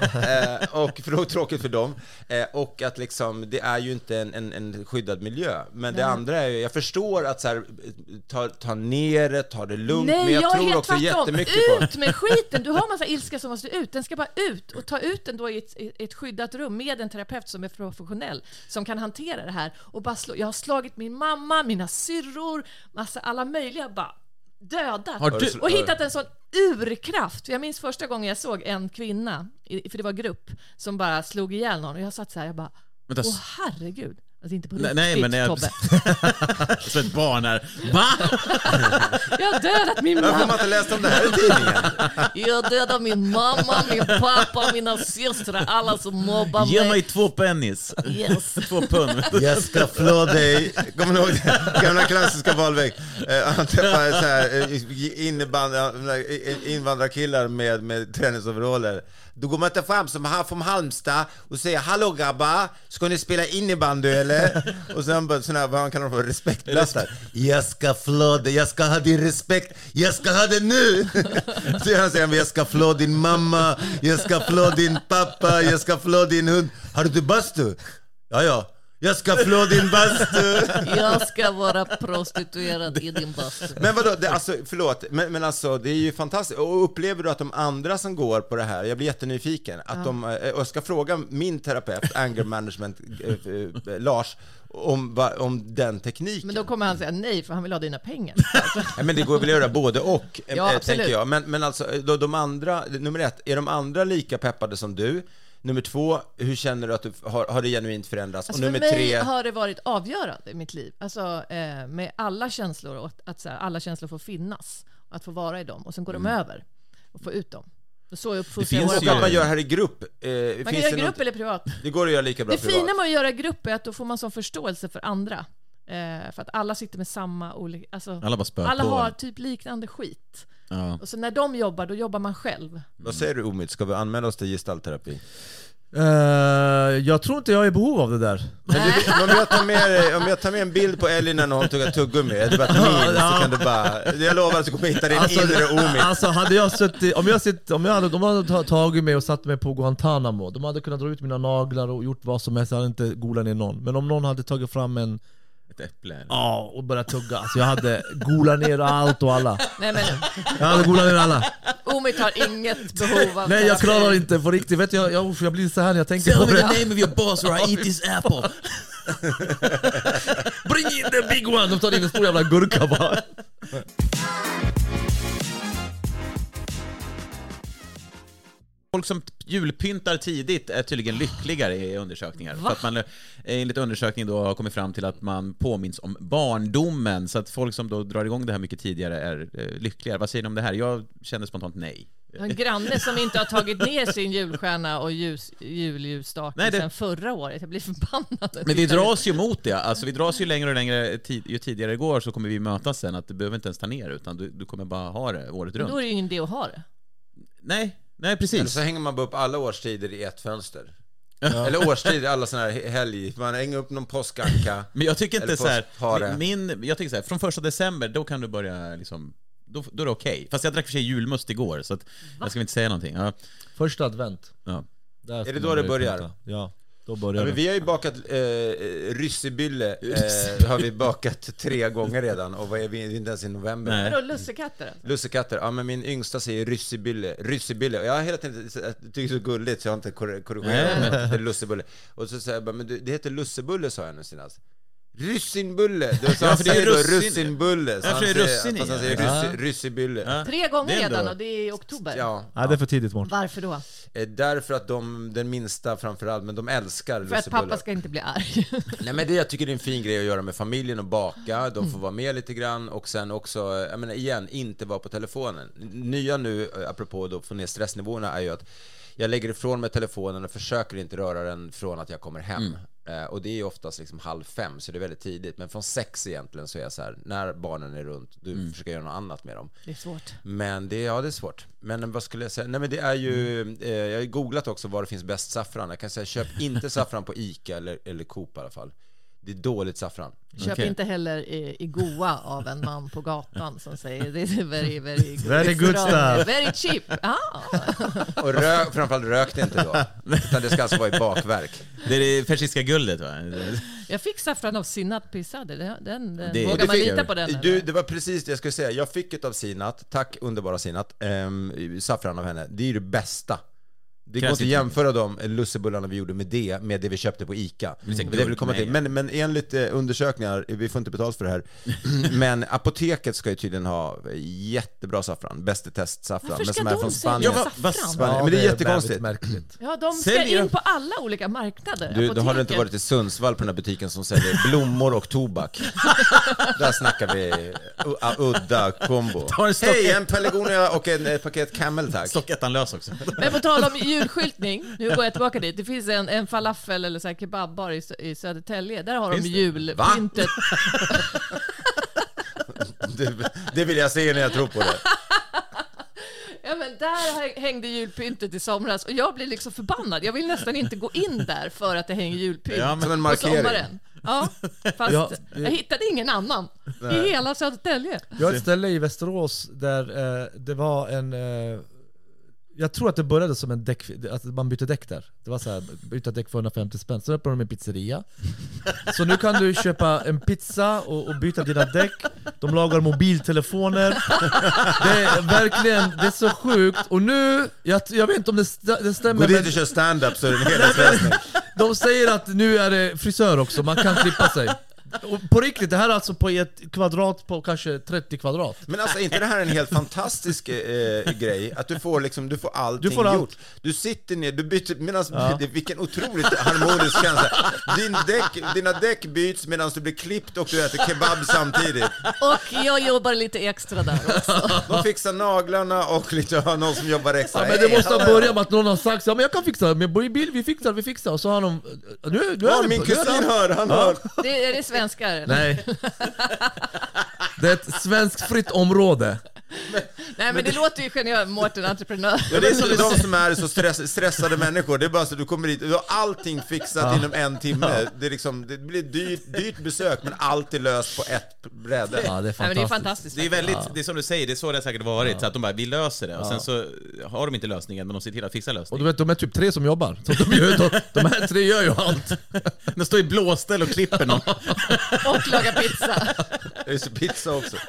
eh, och för, tråkigt för dem. Eh, och att liksom, det är ju inte en, en, en skyddad miljö. Men Nej. det andra är ju, jag förstår att så här, ta, ta ner det, ta det lugnt. Nej, men jag, jag tror också tvärtom. jättemycket ut på... Ut med skiten, du har massa ilska som måste ut. Den ska bara ut, och ta ut den då i ett, ett skyddat rum med en terapeut som är professionell, som kan hantera det här. Och bara slå, jag har slagit min mamma, mina syrror, massa alla möjliga, bara dödat. Du... Och hittat en sån urkraft. Jag minns första gången jag såg en kvinna, för det var grupp, som bara slog ihjäl någon. Och jag satt så här, jag bara, åh herregud. Alltså inte på riktigt, nej, men jag... Tobbe. Så ett barn här. Va? Jag har dödat min mamma. Varför har man inte läst om det här i tidningen? Jag har dödat min mamma, min pappa, mina systrar, alla som mobbar mig. Ge mig två pennis. Yes. Två pund. Jag ska flå dig. Kommer du ihåg det? Gamla klassiska Wahlbeck. Han träffade så här invandrarkillar med, med tennisoveraller. Då går man inte fram som han från Halmstad och säger, hallå grabbar, ska ni spela innebandy eller? Och sen bara sådana här, vad han kallar för respektlastar. Jag ska flå dig, jag ska ha din respekt, jag ska ha det nu. Så han säger, jag ska flå din mamma, jag ska flå din pappa, jag ska flå din hund. Har du bastu? Ja, ja. Jag ska flå din bastu. Jag ska vara prostituerad i din bastu. Men vadå, det, alltså, förlåt, men, men alltså, det är ju fantastiskt. Och upplever du att de andra som går på det här, jag blir jättenyfiken, att ja. de, och jag ska fråga min terapeut, anger management, äh, äh, Lars, om, om den tekniken. Men då kommer han säga nej, för han vill ha dina pengar. Ja, men det går väl att göra både och, ja, äh, tänker jag. Men, men alltså, då, de andra, nummer ett, är de andra lika peppade som du? Nummer två, hur känner du att du har, har det genuint förändrats? Alltså och nummer för mig tre... har det varit avgörande i mitt liv. Alltså eh, med alla känslor, och att, att så här, alla känslor får finnas, att få vara i dem, och sen går mm. de över och få ut dem. Så det finns ju att man gör här i grupp. Eh, man finns kan göra i grupp något... eller privat. Det går att göra lika bra det privat. Det fina med att göra i grupp är att då får man sån förståelse för andra. Eh, för att alla sitter med samma olika... Alltså, alla bara alla på. har typ liknande skit. Ja. Och så när de jobbar, då jobbar man själv. Vad säger du, Omid? Ska vi anmäla oss till gestaltterapi? Uh, jag tror inte jag är i behov av det där. Men du, om, jag tar med, om jag tar med en bild på Ellie när hon tog ett tuggummi, du bara tar med in, så kan du bara, jag lovar att du kommer hitta din alltså, inre Omid. Alltså hade jag suttit, om jag sitt, om jag hade, de hade tagit mig och satt mig på Guantanamo, de hade kunnat dra ut mina naglar och gjort vad som helst, jag hade inte golat ner någon. Men om någon hade tagit fram en Ett äpple? Eller? Ja, och började tugga. Alltså jag hade golat ner allt och alla. Nej, men Jag hade golat ner alla. Omid har inget behov av... Nej, jag klarar inte på riktigt. Vet jag, jag, jag blir så här när jag tänker Tell på me det. the name of your boss or I eat this apple. Bring in the big one. De tar in en stor jävla gurka bara. Folk som julpyntar tidigt är tydligen lyckligare i undersökningar. För att man enligt undersökningen då har kommit fram till att man påminns om barndomen. Så att folk som då drar igång det här mycket tidigare är eh, lyckligare. Vad säger ni om det här? Jag känner spontant nej. En granne som inte har tagit ner sin julstjärna och ljus, julljusstake Nej, det... sedan förra året. Jag blir förbannad. Men vi dras ju mot det. Alltså vi dras ju längre och längre. Tid, ju tidigare det går så kommer vi mötas sen. Att du behöver inte ens ta ner utan du, du kommer bara ha det året runt. Men då är det ju ingen idé att ha det. Nej, nej precis. Eller så hänger man bara upp alla årstider i ett fönster. Ja. Eller årstider, alla såna här helg. Man hänger upp någon påskanka. Men jag tycker inte så här, min, min, jag tycker så här, från första december då kan du börja liksom, då, då är det okej. Okay. Fast jag drack för sig julmust igår så att jag ska inte säga någonting. Ja. Första advent. Ja. Är det då det börjar? Ja. Då börjar ja, men vi har ju bakat eh, ryssibylle eh, har vi bakat tre gånger redan. Och vad är vi inte ens i november? Nej. Vadå, lussekatter? Lussekatter, ja men min yngsta säger ryssibylle Ryssibylle, och jag har hela tiden tycker det är så gulligt så jag har inte korrigerat med det är lussebulle. Och så säger jag bara, men det heter lussebulle sa jag nu senast. Russinbulle. Du sa ja, för det är russin. Russinbulle. Ja, för det är russin i. Fast han säger ja. russi, russibulle. Ja. Tre gånger redan och det är i oktober. Ja. Ja, det är för tidigt morgon. Varför då? Därför att de, den minsta framförallt, men de älskar lussebullar. För att pappa ska inte bli arg. Nej, men det jag tycker det är en fin grej att göra med familjen och baka. De får mm. vara med lite grann och sen också, jag menar igen, inte vara på telefonen. Nya nu, apropå då få ner stressnivåerna, är ju att jag lägger ifrån mig telefonen och försöker inte röra den från att jag kommer hem. Mm. Uh, och det är ju oftast liksom halv fem, så det är väldigt tidigt. Men från sex egentligen så är jag så här, när barnen är runt, du mm. försöker göra något annat med dem. Det är svårt. Men det, ja, det är svårt. Men vad skulle jag säga? Nej, men det är ju, mm. eh, jag har googlat också var det finns bäst saffran. Jag kan säga, köp inte saffran på Ica eller, eller Coop i alla fall. Det är dåligt saffran. Köp okay. inte heller i, i Goa av en man på gatan som säger det är very, very good, very good stuff. Very cheap. Ah. Och rök, framförallt rök det inte då. Utan det ska alltså vara i bakverk. Det är det persiska guldet, va? Jag fick saffran av Sinat Pisade. Den, den, det, vågar man lita på den? Du, det var precis det jag skulle säga. Jag fick ett av Sinat. Tack, underbara Sinat. Um, saffran av henne. Det är ju det bästa. Det går inte att jämföra de lussebullarna vi gjorde med det med det vi köpte på Ica. Mm. Det vill komma till. Men, men enligt eh, undersökningar, vi får inte betalt för det här, men apoteket ska ju tydligen ha jättebra saffran, bäst i test saffran. Varför ska men som de är från Spanien. Ja, va, Spanien. Ja, men det är jättekonstigt. Ja, de ska säljer in på alla olika marknader. Du, då har du inte varit i Sundsvall på den här butiken som säljer blommor och tobak. Där snackar vi udda kombo. Hej, en Pelagonia och en, ett paket Camel, tack. Stockettan lös också. Men på tal om julskyltning, nu går jag tillbaka dit. Det finns en, en falafel eller så här kebabbar i, i Södertälje. Där har finns de julpyntet. det, det vill jag se när jag tror på det. Ja, men där hängde julpyntet i somras och jag blir liksom förbannad. Jag vill nästan inte gå in där för att det hänger julpynt ja, som en markering. På sommaren. Ja, fast ja, det... jag hittade ingen annan Nej. i hela Södertälje. Jag har ett ställe i Västerås där eh, det var en... Eh, jag tror att det började som en däck, att man bytte däck där. Det var så här, byta däck för hundrafemtio spänn. Så öppnade de en pizzeria. Så nu kan du köpa en pizza och, och byta dina däck. De lagar mobiltelefoner. Det är verkligen, det är så sjukt. Och nu, jag, jag vet inte om det, st- det stämmer. Gå dit och kör stand-up så är det en hel sväsning. De säger att nu är det frisör också, man kan klippa sig. Och på riktigt, det här är alltså på ett kvadrat på kanske trettio kvadrat. Men alltså, inte det här är en helt fantastisk eh, grej? Att du får liksom, du får allting du får allt. gjort. Du sitter ner, du byter, medan, ja. vilken otroligt harmonisk känsla. Din däck, dina däck byts medan du blir klippt och du äter kebab samtidigt. Och jag jobbar lite extra där också. De fixar naglarna och lite någon som jobbar extra. Ja, men det måste ha börjat med att någon har sagt så, men jag kan fixa det, med bil, vi fixar, vi fixar. Och så har de, nu, nu ja, är min det, kusin hör, han ja. hör. Det är det svenskar. Nej. Det är ett svenskt fritt område. Men Nej, men det låter ju genialt, Mårten entreprenör. Ja, det är som de som är så stress, stressade människor. Det är bara så att du kommer dit, du har allting fixat ja. inom en timme. Det, är liksom, det blir dyrt, dyrt besök, men allt är löst på ett bräde. Ja, det är fantastiskt. Nej, men det är fantastiskt. Det är väldigt, ja. det är som du säger, det är så det har säkert varit. Ja. Så att de bara, vi löser det. Och ja. sen så har de inte lösningen, men de ser till att fixa lösningen. Och du vet, de är typ tre som jobbar. Så de, gör, de, de här tre gör ju allt. De står i blåställ och klipper någon. Och lagar pizza. Det är så pizza också.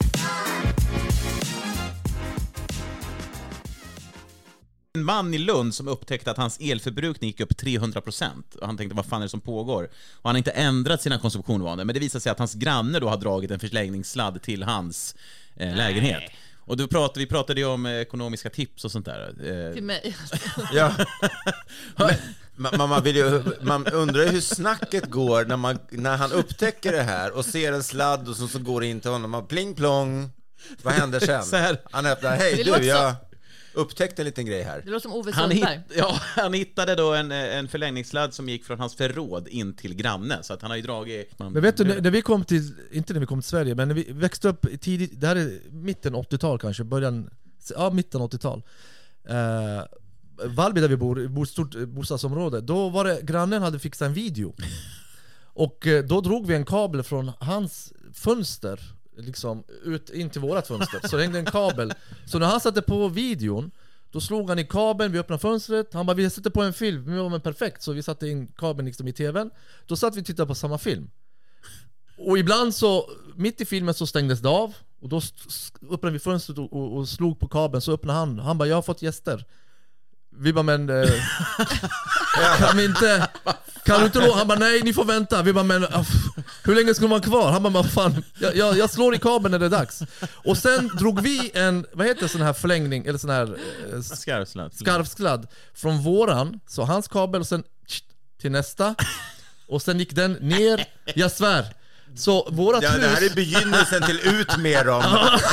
En man i Lund som upptäckte att hans elförbrukning gick upp trehundra procent. Och han tänkte, vad fan är det som pågår? Och han har inte ändrat sina konsumtionsvanor. Men det visar sig att hans granne då har dragit en förlängningssladd till hans eh, lägenhet. Och då pratade, vi pratade ju om ekonomiska tips och sånt där. Eh. Till mig. Ja. Men, man, man, vill ju, man undrar hur snacket går när, man, när han upptäcker det här och ser en sladd och så, så går det in till honom. Man pling plong. Vad händer sen? Så här. Han öppnar, hej du, jag upptäckte en liten grej här. Det låter som Ove Han, Sundberg. hitt, ja, han hittade då en, en förlängningssladd som gick från hans förråd in till grannen. Så att han har ju dragit... Men vet du, när vi kom till, inte när vi kom till Sverige, men när vi växte upp tidigt, det här är mitten åttiotal kanske, början, ja mitten åttiotal. Uh, Valby där vi bor, bor stort bostadsområde, då var det, grannen hade fixat en video. Och uh, då drog vi en kabel från hans fönster liksom ut in till vårat fönster. Så det hängde en kabel. Så när han satte på videon, då slog han i kabeln, vi öppnade fönstret. Han bara, vi sätter på en film, men det var perfekt. Så vi satte in kabeln liksom i tvn. Då satt vi och tittade på samma film. Och ibland så, mitt i filmen så stängdes det av. Och då öppnade vi fönstret och, och, och slog på kabeln. Så öppnade han, han bara, jag har fått gäster. Vi bara, men eh, kan vi inte, kan du inte låta? Han bara, nej ni får vänta. Vi bara, men aff, hur länge ska de vara kvar? Han bara, fan, jag, jag, jag slår i kabeln när det är dags. Och sen drog vi en, vad heter sån här förlängning, eller sån här eh, skarvsladd. skarvsladd från våran, så hans kabel och sen till nästa. Och sen gick den ner, jag svär. Så vårat ja, hus... det här är begynnelsen till ut med dem.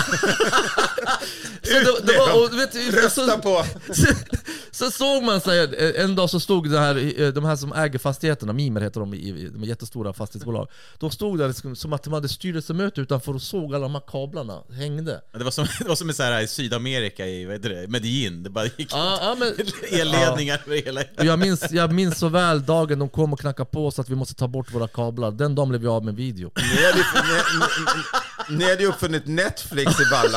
Så det, det var, och, vet, Rösta så, på. Så, så såg man sig, en dag så stod det här, de här som äger fastigheterna, Mimer heter de, i de jättestora fastighetsbolag. Då stod det som att de hade styrelsemöte utanför och såg alla de här kablarna hängde. Det var som, det var som i, så här, i Sydamerika, i vad heter det, Medellin. Det bara gick ja, ja, men, elledningar ja. hela... jag, minns, jag minns så väl dagen de kom och knackade på så att vi måste ta bort våra kablar. Den dagen blev vi av med video. Ni hade, ni, ni hade uppfunnit Netflix i Balla.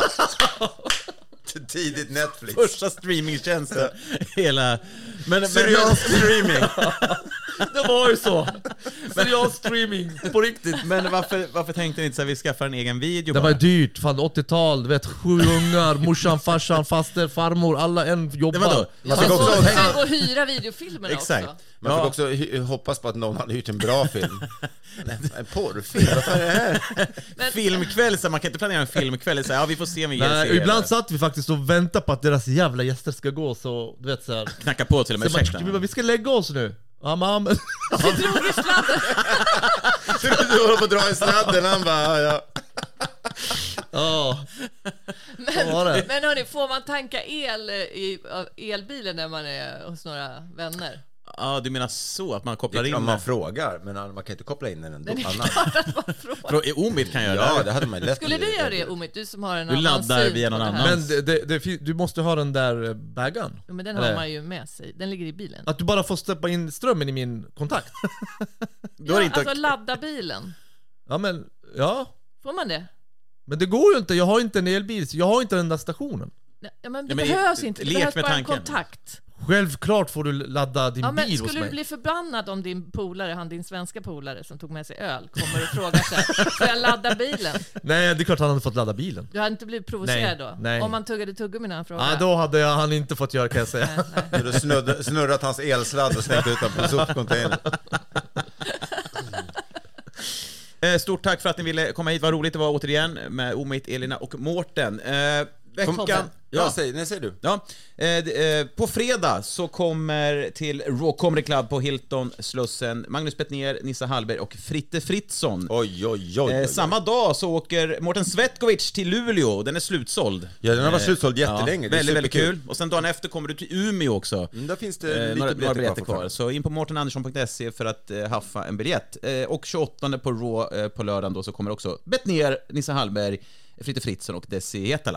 Tidigt Netflix. Första streamingtjänsten. Hela... Men, serial streaming. Det var ju så. Serial streaming, på riktigt. Men varför, varför tänkte ni inte så att vi skaffar en egen video? Det bara? var dyrt, fan åttiotal, du vet, sju ungar, morsan, farsan, faster, farmor, alla en jobbar. Det var då. Man fick också gå och hyra videofilmer exakt. också. Man fick ja. också hy- hoppas på att någon hade hyrt en bra film. En porrfilm, vad fan är det här? Men, filmkväll, så man kan inte planera en filmkväll så här, ja vi får se om vi nej, och ibland satt vi faktiskt och väntade på att deras jävla gäster ska gå, så du vet så här. Knacka på till och med, så man, vi, bara, vi ska lägga oss nu. Ja, men... Vi drog i sladden. Du håller på att dra i sladden, han bara, ja. Ja. Men, men hörni, får man tanka el i elbilen när man är hos några vänner? Ja, du menar så att man kopplar in om man med... frågar, men man kan inte koppla in den ändå. Det är klart att man frågar. Omid kan göra ja, det. det hade man lätt. Skulle du göra det, Omid? Du som har en du annan laddar syn via någon annan. Men det, det, det, du måste ha den där baggan. Ja, men den eller? har man ju med sig. Den ligger i bilen. Att du bara får stoppa in strömmen i min kontakt. Ja, inte... alltså ladda bilen. Ja, men, ja. Får man det? Men det går ju inte, jag har inte en elbil, så jag har inte den där stationen. Ja, men det ja, men behövs inte, det lek behövs med bara tanken. En kontakt. Självklart får du ladda din ja, men bil hos mig. skulle du bli förbannad om din polare, han din svenska polare som tog med sig öl, kommer och frågar sig, får jag ladda bilen? Nej, det är klart han hade fått ladda bilen. Du hade inte blivit provocerad nej, då? Nej. Om man tuggade tuggummi när han frågade? Ja, då hade jag, han inte fått göra, kan jag säga. Nej, nej. Du hade snurrat hans elsladd och slängt ut den på sopcontainern. Stort tack för att ni ville komma hit, vad roligt det var återigen med Omid, Elina och Mårten. Eh, veckan... Ja, säg, nej, säger du. Ja, eh, på fredag så kommer till Raw Comedy Club på Hilton Slussen Magnus Bettner, Nissa Hallberg och Fritte Fritzson. Oj, oj, oj, oj, oj. Eh, samma dag så åker Mårten Svetkovic till Luleå. Den är slutsåld. Ja, den har varit slutsåld jättelänge. Ja, väldigt, väldigt kul. Och sen dagen efter kommer du till Umeå också. Mm, där finns det eh, lite några, biljetter, biljetter kvar. kvar. Så in på mårten andersson punkt se för att eh, haffa en biljett. Eh, och tjugoåttonde på Raw eh, på lördagen då så kommer också Bettner, Nissa Hallberg, Fritte Fritzson och Desi Hetala.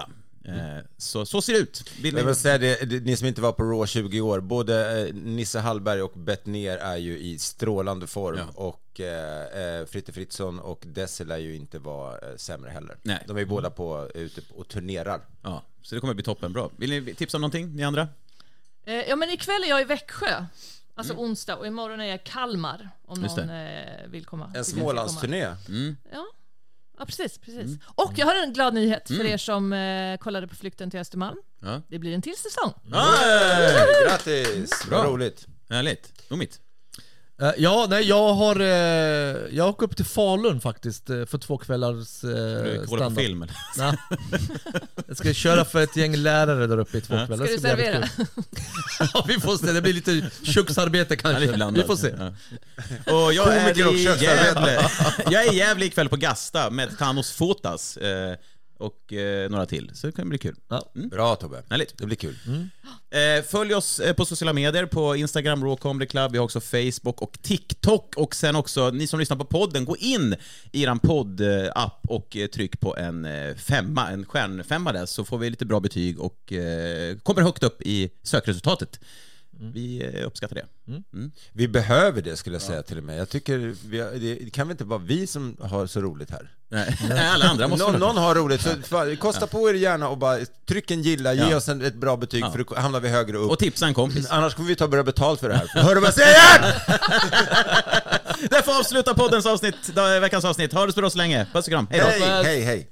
Eh, så, så ser det ut. Vill ni... Jag vill säga det, det, ni som inte var på Raw tjugo år, både eh, Nisse Hallberg och Bettner är ju i strålande form, ja. och eh, Fritte Fritzson och Dessel lär ju inte vara eh, sämre heller. Nej. De är ju båda på, ute och turnerar. Ja, så det kommer bli toppen bra. Vill ni tipsa om någonting, ni andra? Eh, ja, men ikväll är jag i Växjö. Alltså mm. onsdag, och imorgon är jag i Kalmar, om Just någon eh, vill komma. En Smålandsturné. Mm. Ja. Ja, precis, precis. Mm. Och jag har en glad nyhet för mm. er som eh, kollade på Flykten till Östermalm. Ja. Det blir en till säsong. Hey, grattis! Bra. Roligt. Härligt. Och mitt. Uh, ja, nej, jag har uh, jag åker upp till Falun faktiskt uh, för två kvällars uh, du kolla på film eller? Nah. Jag ska köra för ett gäng lärare där uppe i två ja. kvällar. Ska du servera? Ja, vi får se, det blir lite köksarbete kanske. Ja, vi får se. Ja. Och jag är i Gävle. Jag är i Gävle ikväll på Gasta med Thanos Fotas uh, och eh, några till. Så det kan bli kul. Ja. Mm. Bra Tobbe. Härligt. Det blir kul. Mm. Eh, följ oss eh, på sociala medier, på Instagram, Raw Comedy Club. Vi har också Facebook och TikTok. Och sen också, ni som lyssnar på podden, gå in i er podd-app och eh, tryck på en eh, femma, en stjärnfemma där, så får vi lite bra betyg och eh, kommer högt upp i sökresultatet. Mm. Vi uppskattar det. Mm. Mm. Vi behöver det, skulle jag säga, ja. till och med. Jag tycker, vi, det kan väl inte vara vi som har så roligt här. Nej, alla andra måste någon, någon har roligt, så fan, kosta ja. på er gärna och bara tryck en gilla, ge ja. oss en, ett bra betyg, ja. för då hamnar vi högre upp. Och tipsa en kompis. Annars kommer vi ta börja betalt för det här. Hör du vad jag säger? Det får avsluta poddens avsnitt, veckans avsnitt. Ha det så bra så länge. Puss och kram. Hej då. Hej, hej, hej.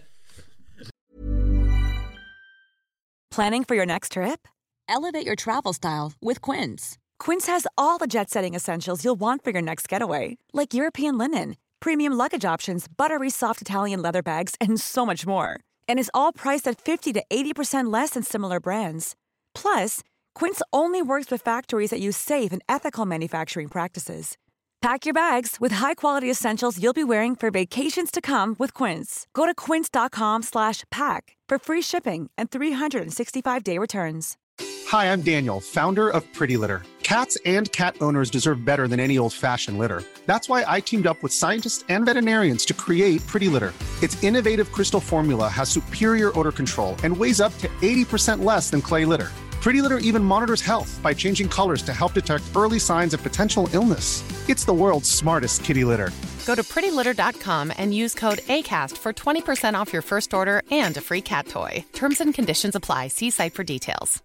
Planning for your next trip? Elevate your travel style with Quince. Quince has all the jet-setting essentials you'll want for your next getaway, like European linen, premium luggage options, buttery soft Italian leather bags, and so much more. And is all priced at fifty to eighty percent less than similar brands. Plus, Quince only works with factories that use safe and ethical manufacturing practices. Pack your bags with high-quality essentials you'll be wearing for vacations to come with Quince. Go to quince.com slash pack for free shipping and three sixty-five day returns. Hi, I'm Daniel, founder of Pretty Litter. Cats and cat owners deserve better than any old-fashioned litter. That's why I teamed up with scientists and veterinarians to create Pretty Litter. Its innovative crystal formula has superior odor control and weighs up to eighty percent less than clay litter. Pretty Litter even monitors health by changing colors to help detect early signs of potential illness. It's the world's smartest kitty litter. Go to pretty litter dot com and use code ACAST for twenty percent off your first order and a free cat toy. Terms and conditions apply. See site for details.